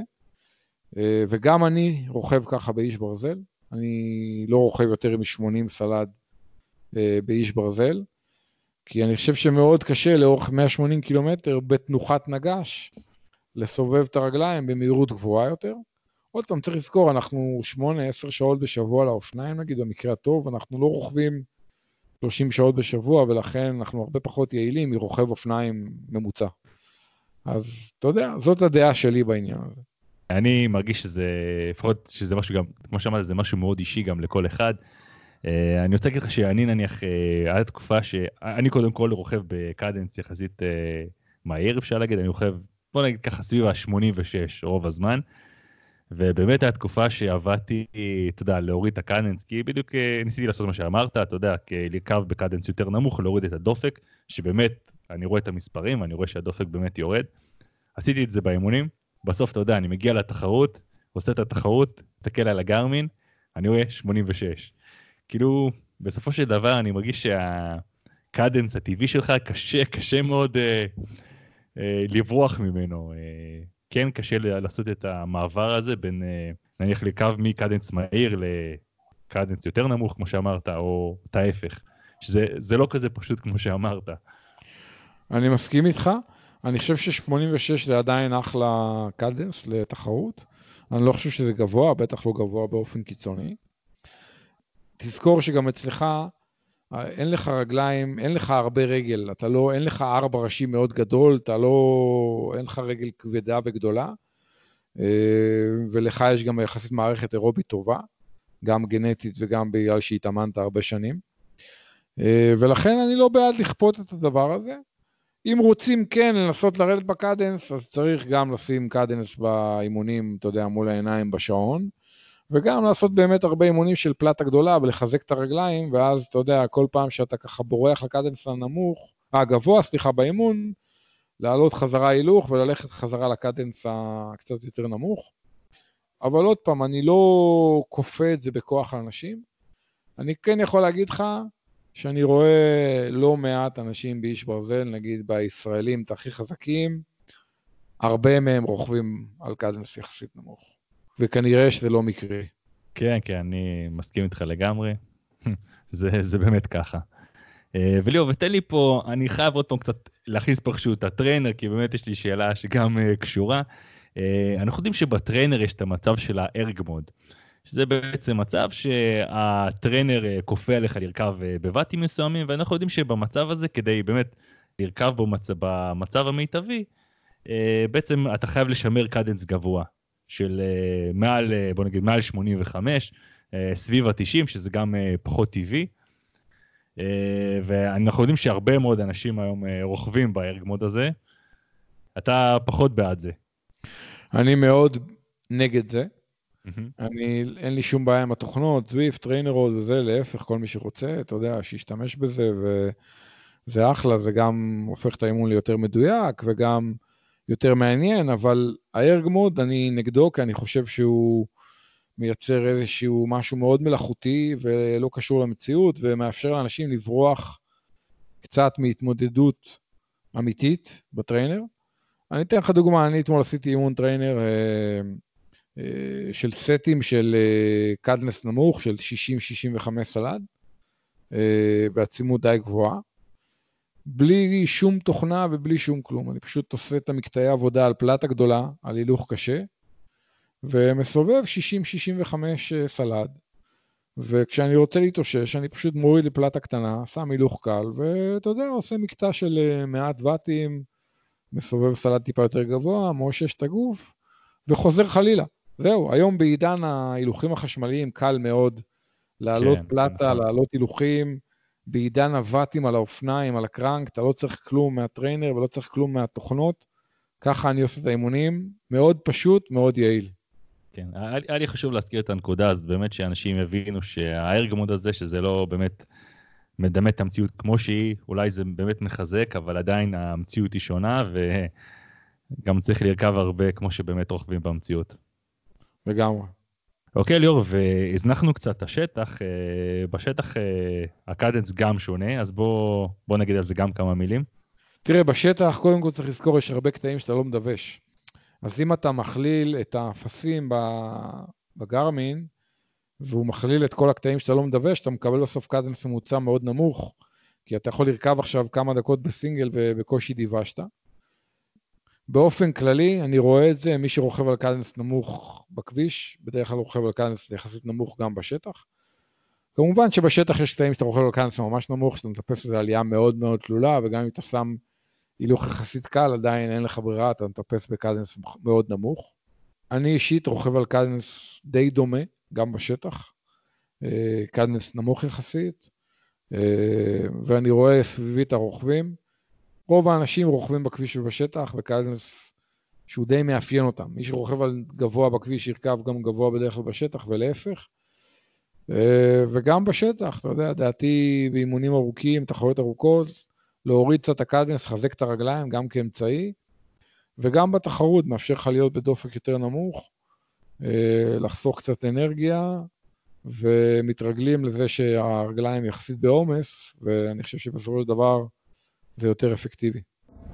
וגם אני רוכב ככה באיש ברזל. אני לא רוכב יותר מ-שמונים סלד באיש ברזל, כי אני חושב שמאוד קשה לאורך מאה ושמונים קילומטר בתנוחת נגש, לסובב את הרגליים במהירות גבוהה יותר. עוד פעם צריך לזכור, אנחנו שמונה עשר שעות בשבוע לאופניים, נגיד, במקרה הטוב, אנחנו לא רוכבים שלושים שעות בשבוע, ולכן אנחנו הרבה פחות יעילים מרוכב אופניים ממוצע. אז אתה יודע, זאת הדעה שלי בעניין הזה. אני מרגיש שזה, לפחות שזה משהו גם, כמו שאמרת, זה משהו מאוד אישי גם לכל אחד. אני רוצה להגיד לך שאני נניח, עד תקופה שאני קודם כל רוכב בקדנס יחסית מהיר, אפשר להגיד, אני רוכב, בוא נגיד ככה, סביב ה-שמונים ושש רוב הזמן, ובאמת הייתה תקופה שעבדתי, אתה יודע, להוריד את הקדנס, כי בדיוק ניסיתי לעשות מה שאמרת, אתה יודע, לרכב בקדנס יותר נמוך, להוריד את הדופק, שבאמת אני רואה את המספרים, אני רואה שהדופק באמת יורד. עשיתי את זה באימונים, בסוף אתה יודע, אני מגיע לתחרות, עושה את התחרות, תקל על הגרמין, אני רואה שמונים ושש. כאילו, בסופו של דבר אני מרגיש שהקדנס הטבעי שלך קשה, קשה מאוד אה, אה, לברוח ממנו. אה, כן, קשה לעשות את המעבר הזה בין, אה, נניח לקו מקדנס מהיר לקדנס יותר נמוך, כמו שאמרת, או את ההפך. שזה זה לא כזה פשוט כמו שאמרת. אני מסכים איתך. אני חושב ש-שמונים ושש זה עדיין אחלה קדנס לתחרות. אני לא חושב שזה גבוה, בטח לא גבוה באופן קיצוני. תזכור שגם אצלך אין לך רגליים, אין לך הרבה רגל, אתה לא, אין לך ארבע ראשים מאוד גדול, אתה לא, אין לך רגל כבדה וגדולה, ולך יש גם יחסית מערכת אירובית טובה, גם גנטית וגם בגלל שהתאמנת הרבה שנים. ולכן אני לא בעד לכפות את הדבר הזה. אם רוצים כן לנסות לרדת בקדנס, אז צריך גם לשים קדנס באימונים, אתה יודע, מול העיניים בשעון, וגם לעשות באמת הרבה אימונים של פלטה גדולה, ולחזק את הרגליים, ואז אתה יודע, כל פעם שאתה ככה בורח לקדנס הנמוך, הגבוה, סליחה, באימון, לעלות חזרה הילוך, וללכת חזרה לקדנס הקצת יותר נמוך. אבל עוד פעם, אני לא כופה את זה בכוח האנשים. אני כן יכול להגיד לך, שאני רואה לא מעט אנשים באיש ברזל, נגיד בישראלים את הכי חזקים, הרבה מהם רוכבים על קדנס יחסית נמוך, וכנראה שזה לא מקרי. כן, כן, אני מסכים איתך לגמרי, זה, זה באמת ככה. וליאור, ותן לי פה, אני חייב עוד פעם קצת להכניס פרשו את הטריינר, כי באמת יש לי שאלה שגם קשורה. אנחנו יודעים שבטריינר יש את המצב של הארג מוד, שזה בעצם מצב שהטריינר כופה עליך לרכב בוואטים מסוימים, ואנחנו יודעים שבמצב הזה, כדי באמת לרכב בו מצב, במצב המיטבי, בעצם אתה חייב לשמר קדנס גבוה, של מעל, בוא נגיד, מעל שמונים וחמש, סביב ה-תשעים, שזה גם פחות טבעי, ואנחנו יודעים שהרבה מאוד אנשים היום רוכבים בארג מוד הזה, אתה פחות בעד זה. אני מאוד נגד זה. אני, אין לי שום בעיה עם התוכנות, זוויפט, טריינרוד וזה, להפך, כל מי שרוצה, אתה יודע, שישתמש בזה, וזה אחלה, זה גם הופך את האימון ליותר מדויק, וגם יותר מעניין, אבל הארג מוד, אני נגדו, כי אני חושב שהוא מייצר איזשהו משהו מאוד מלאכותי, ולא קשור למציאות, ומאפשר לאנשים לברוח קצת מהתמודדות אמיתית בטריינר. אני אתן לך דוגמה, אני אתמול עשיתי אימון טריינר, של סטים של קדנס נמוך, של שישים שישים וחמש סלד, בעצימות די גבוהה, בלי שום תוכנה ובלי שום כלום. אני פשוט עושה את המקטעי עבודה על פלטה גדולה, על הילוך קשה, ומסובב שישים שישים וחמש סלד. וכשאני רוצה להתאושש, אני פשוט מוריד לפלטה קטנה, שם הילוך קל, ואתה יודע, עושה מקטע של מעט וטים, מסובב סלד טיפה יותר גבוה, מושש את הגוף, וחוזר חלילה. זהו, היום בעידן ההילוכים החשמליים קל מאוד לעלות כן, פלטה, נכון. לעלות הילוכים, בעידן הוואטים על האופניים, על הקרנק, אתה לא צריך כלום מהטריינר ולא צריך כלום מהתוכנות, ככה אני עושה את האימונים, מאוד פשוט, מאוד יעיל. כן, היה לי חשוב להזכיר את הנקודה הזאת, באמת שאנשים יבינו שהארג מוד הזה, שזה לא באמת מדמה את המציאות כמו שהיא, אולי זה באמת מחזק, אבל עדיין המציאות היא שונה, וגם צריך לרכב הרבה כמו שבאמת רוכבים במציאות. לגמרי. אוקיי, ליאור, והזנחנו קצת את השטח, בשטח הקדנס גם שונה, אז בוא, בוא נגיד על זה גם כמה מילים. תראה, בשטח קודם כל צריך לזכור, יש הרבה קטעים שאתה לא מדווש. אז אם אתה מכליל את האפסים בגרמין, והוא מכליל את כל הקטעים שאתה לא מדווש, אתה מקבל בסוף קדנס ממוצע מאוד נמוך, כי אתה יכול לרכב עכשיו כמה דקות בסינגל ובקושי דיוושת. באופן כללי, אני רואה את זה, מי שרוכב על קדנס נמוך בכביש, בדרך כלל רוכב על קדנס יחסית נמוך גם בשטח. כמובן שבשטח יש קטעים שאתה רוכב על קדנס ממש נמוך, שאתה מטפס לזה עלייה מאוד מאוד תלולה, וגם אם אתה שם הילוך יחסית קל, עדיין אין לך ברירה, אתה מטפס בקדנס מאוד נמוך. אני אישית רוכב על קדנס די דומה, גם בשטח, קדנס נמוך יחסית, ואני רואה סביבי את הרוכבים, רוב האנשים רוכבים בכביש ובשטח, וקדנס שהוא די מאפיין אותם. מי שרוכב על גבוה בכביש ירכב גם גבוה בדרך כלל בשטח, ולהפך. וגם בשטח, אתה יודע, דעתי באימונים ארוכים, תחרויות ארוכות, להוריד קצת הקדנס, חזק את הרגליים, גם כאמצעי, וגם בתחרות מאפשר לך להיות בדופק יותר נמוך, לחסוך קצת אנרגיה, ומתרגלים לזה שהרגליים יחסית בעומס, ואני חושב שבסופו של דבר זה יותר אפקטיבי.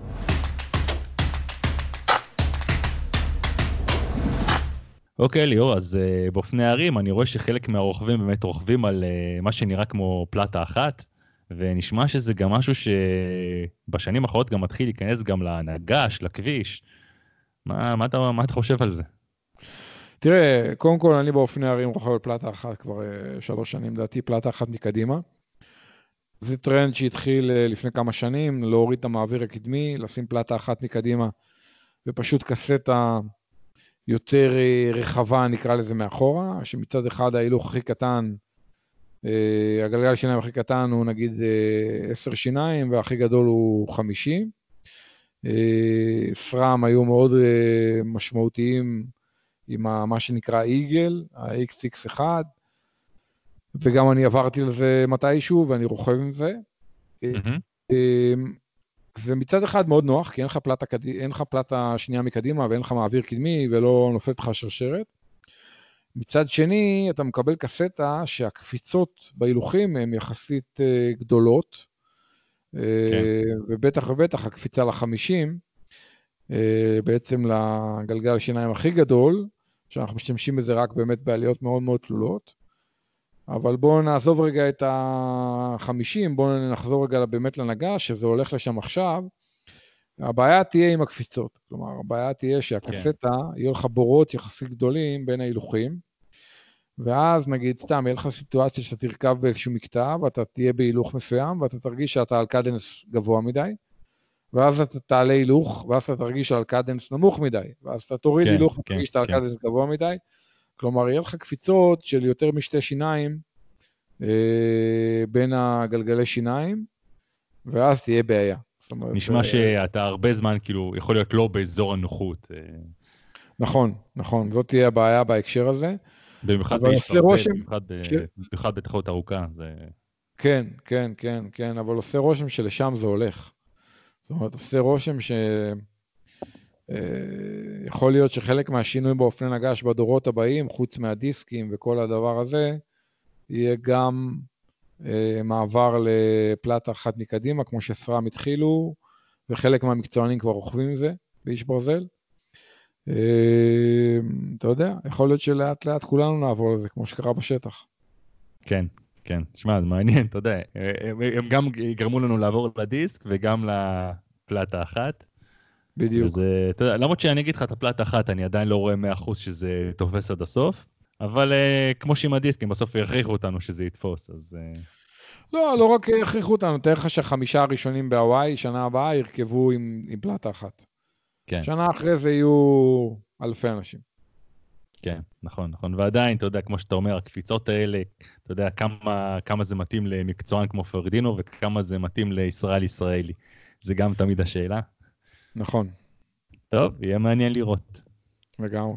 אוקיי, ליאור, אז uh, באופני הערים אני רואה שחלק מהרוכבים באמת רוכבים על uh, מה שנראה כמו פלטה אחת, ונשמע שזה גם משהו שבשנים האחרונות גם מתחיל להיכנס גם לנגש, לכביש. מה, מה, אתה, מה אתה חושב על זה? תראה, קודם כל אני באופני הערים רוכב על פלטה אחת כבר uh, שלוש שנים, דעתי פלטה אחת מקדימה. זה טרנד שהתחיל uh, לפני כמה שנים, להוריד את המעביר הקדמי, לשים פלטה אחת מקדימה, ופשוט קסטה יותר רחבה, נקרא לזה מאחורה, שמצד אחד ההילוך הכי קטן הגלגל השיניים הכי קטן הוא נגיד עשר שיניים, והכי גדול הוא חמישים. סרם היו מאוד משמעותיים עם מה שנקרא איגל, ה-אקס אקס אחת, וגם אני עברתי לזה מתישהו, ואני רוכב עם זה. Mm-hmm. זה מצד אחד מאוד נוח, כי אין לך פלטה, אין לך פלטה שנייה מקדימה, ואין לך מעביר קדמי, ולא נופלת לך שרשרת. מצד שני, אתה מקבל קסטה שהקפיצות בהילוכים הן יחסית גדולות, כן. ובטח ובטח הקפיצה לחמישים, בעצם לגלגל השיניים הכי גדול, שאנחנו משתמשים בזה רק באמת בעליות מאוד מאוד תלולות, אבל בואו נעזוב רגע את ה-חמישים, בואו נחזור רגע באמת לנגש, שזה הולך לשם עכשיו. הבעיה תהיה עם הקפיצות, כלומר, הבעיה תהיה שהקסטה, כן. יהיו לך בורות יחסית גדולים בין ההילוכים, ואז נגיד, סתם, יהיה לך סיטואציה שאתה תרכב באיזשהו מקטע, ואתה תהיה בהילוך מסוים, ואתה תרגיש שאתה על קדנס גבוה מדי, ואז אתה תעלה הילוך, ואז אתה תרגיש על קדנס נמוך מדי, ואז אתה תוריד כן, הילוך, כן, ותרגיש שאתה כן. על קדנס גבוה מדי, כלומר, יהיה לך קפיצות של יותר משתי שיניים, אה, בין הגלגלי שיניים, ואז תהיה בעיה. אומרת, נשמע שאתה הרבה זמן, כאילו, יכול להיות לא באזור הנוחות. נכון, נכון, זאת תהיה הבעיה בהקשר הזה. במיוחד בישראל, במיוחד בתחרות ארוכה. כן, כן, כן, כן, אבל עושה רושם שלשם זה הולך. זאת אומרת, עושה רושם ש... יכול להיות שחלק מהשינוי באופני נגש בדורות הבאים, חוץ מהדיסקים וכל הדבר הזה, יהיה גם מעבר לפלטה אחת מקדימה, כמו שסרם התחילו, וחלק מהמקצוענים כבר רוכבים עם זה, באיש ברזל. אתה יודע, יכול להיות שלאט לאט כולנו נעבור לזה, כמו שקרה בשטח. כן, כן. תשמע, זה מעניין, אתה יודע. הם גם גרמו לנו לעבור לדיסק, וגם לפלטה אחת. בדיוק. וזה, אתה יודע, למרות שאני אגיד לך את הפלטה אחת, אני עדיין לא רואה מאה אחוז שזה תופס עד הסוף, אבל uh, כמו שעם הדיסקים, בסוף יכריחו אותנו שזה יתפוס, אז... Uh... לא, לא רק יכריחו אותנו, תאר לך שהחמישה הראשונים בהוואי, שנה הבאה, ירכבו עם, עם פלטה אחת. כן. שנה אחרי זה יהיו אלפי אנשים. כן, נכון, נכון. ועדיין, אתה יודע, כמו שאתה אומר, הקפיצות האלה, אתה יודע, כמה, כמה זה מתאים למקצוען כמו פרדינו, וכמה זה מתאים לישראל ישראלי. זה גם תמיד השאלה. נכון. טוב, יהיה מעניין לראות. לגמרי.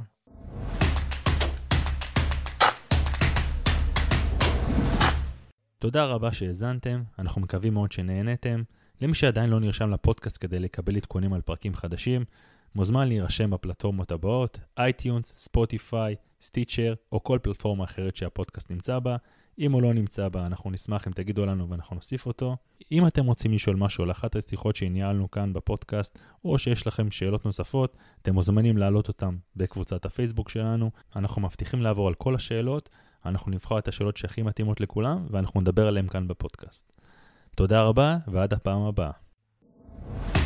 תודה רבה שהאזנתם, אנחנו מקווים מאוד שנהנתם. למי שעדיין לא נרשם לפודקאסט כדי לקבל עדכונים על פרקים חדשים, מוזמן להירשם בפלטפורמות הבאות, אייטיונס, ספוטיפיי, סטיצ'ר או כל פלטפורמה אחרת שהפודקאסט נמצא בה. אם הוא לא נמצא בה, אנחנו נשמח אם תגידו לנו ואנחנו נוסיף אותו. אם אתם רוצים לשאול משהו על אחת השיחות שניהלנו כאן בפודקאסט, או שיש לכם שאלות נוספות, אתם מוזמנים להעלות אותם בקבוצת הפייסבוק שלנו. אנחנו מבטיחים לעבור על כל השאלות, אנחנו נבחר את השאלות שהכי מתאימות לכולם, ואנחנו נדבר עליהם כאן בפודקאסט. תודה רבה, ועד הפעם הבאה.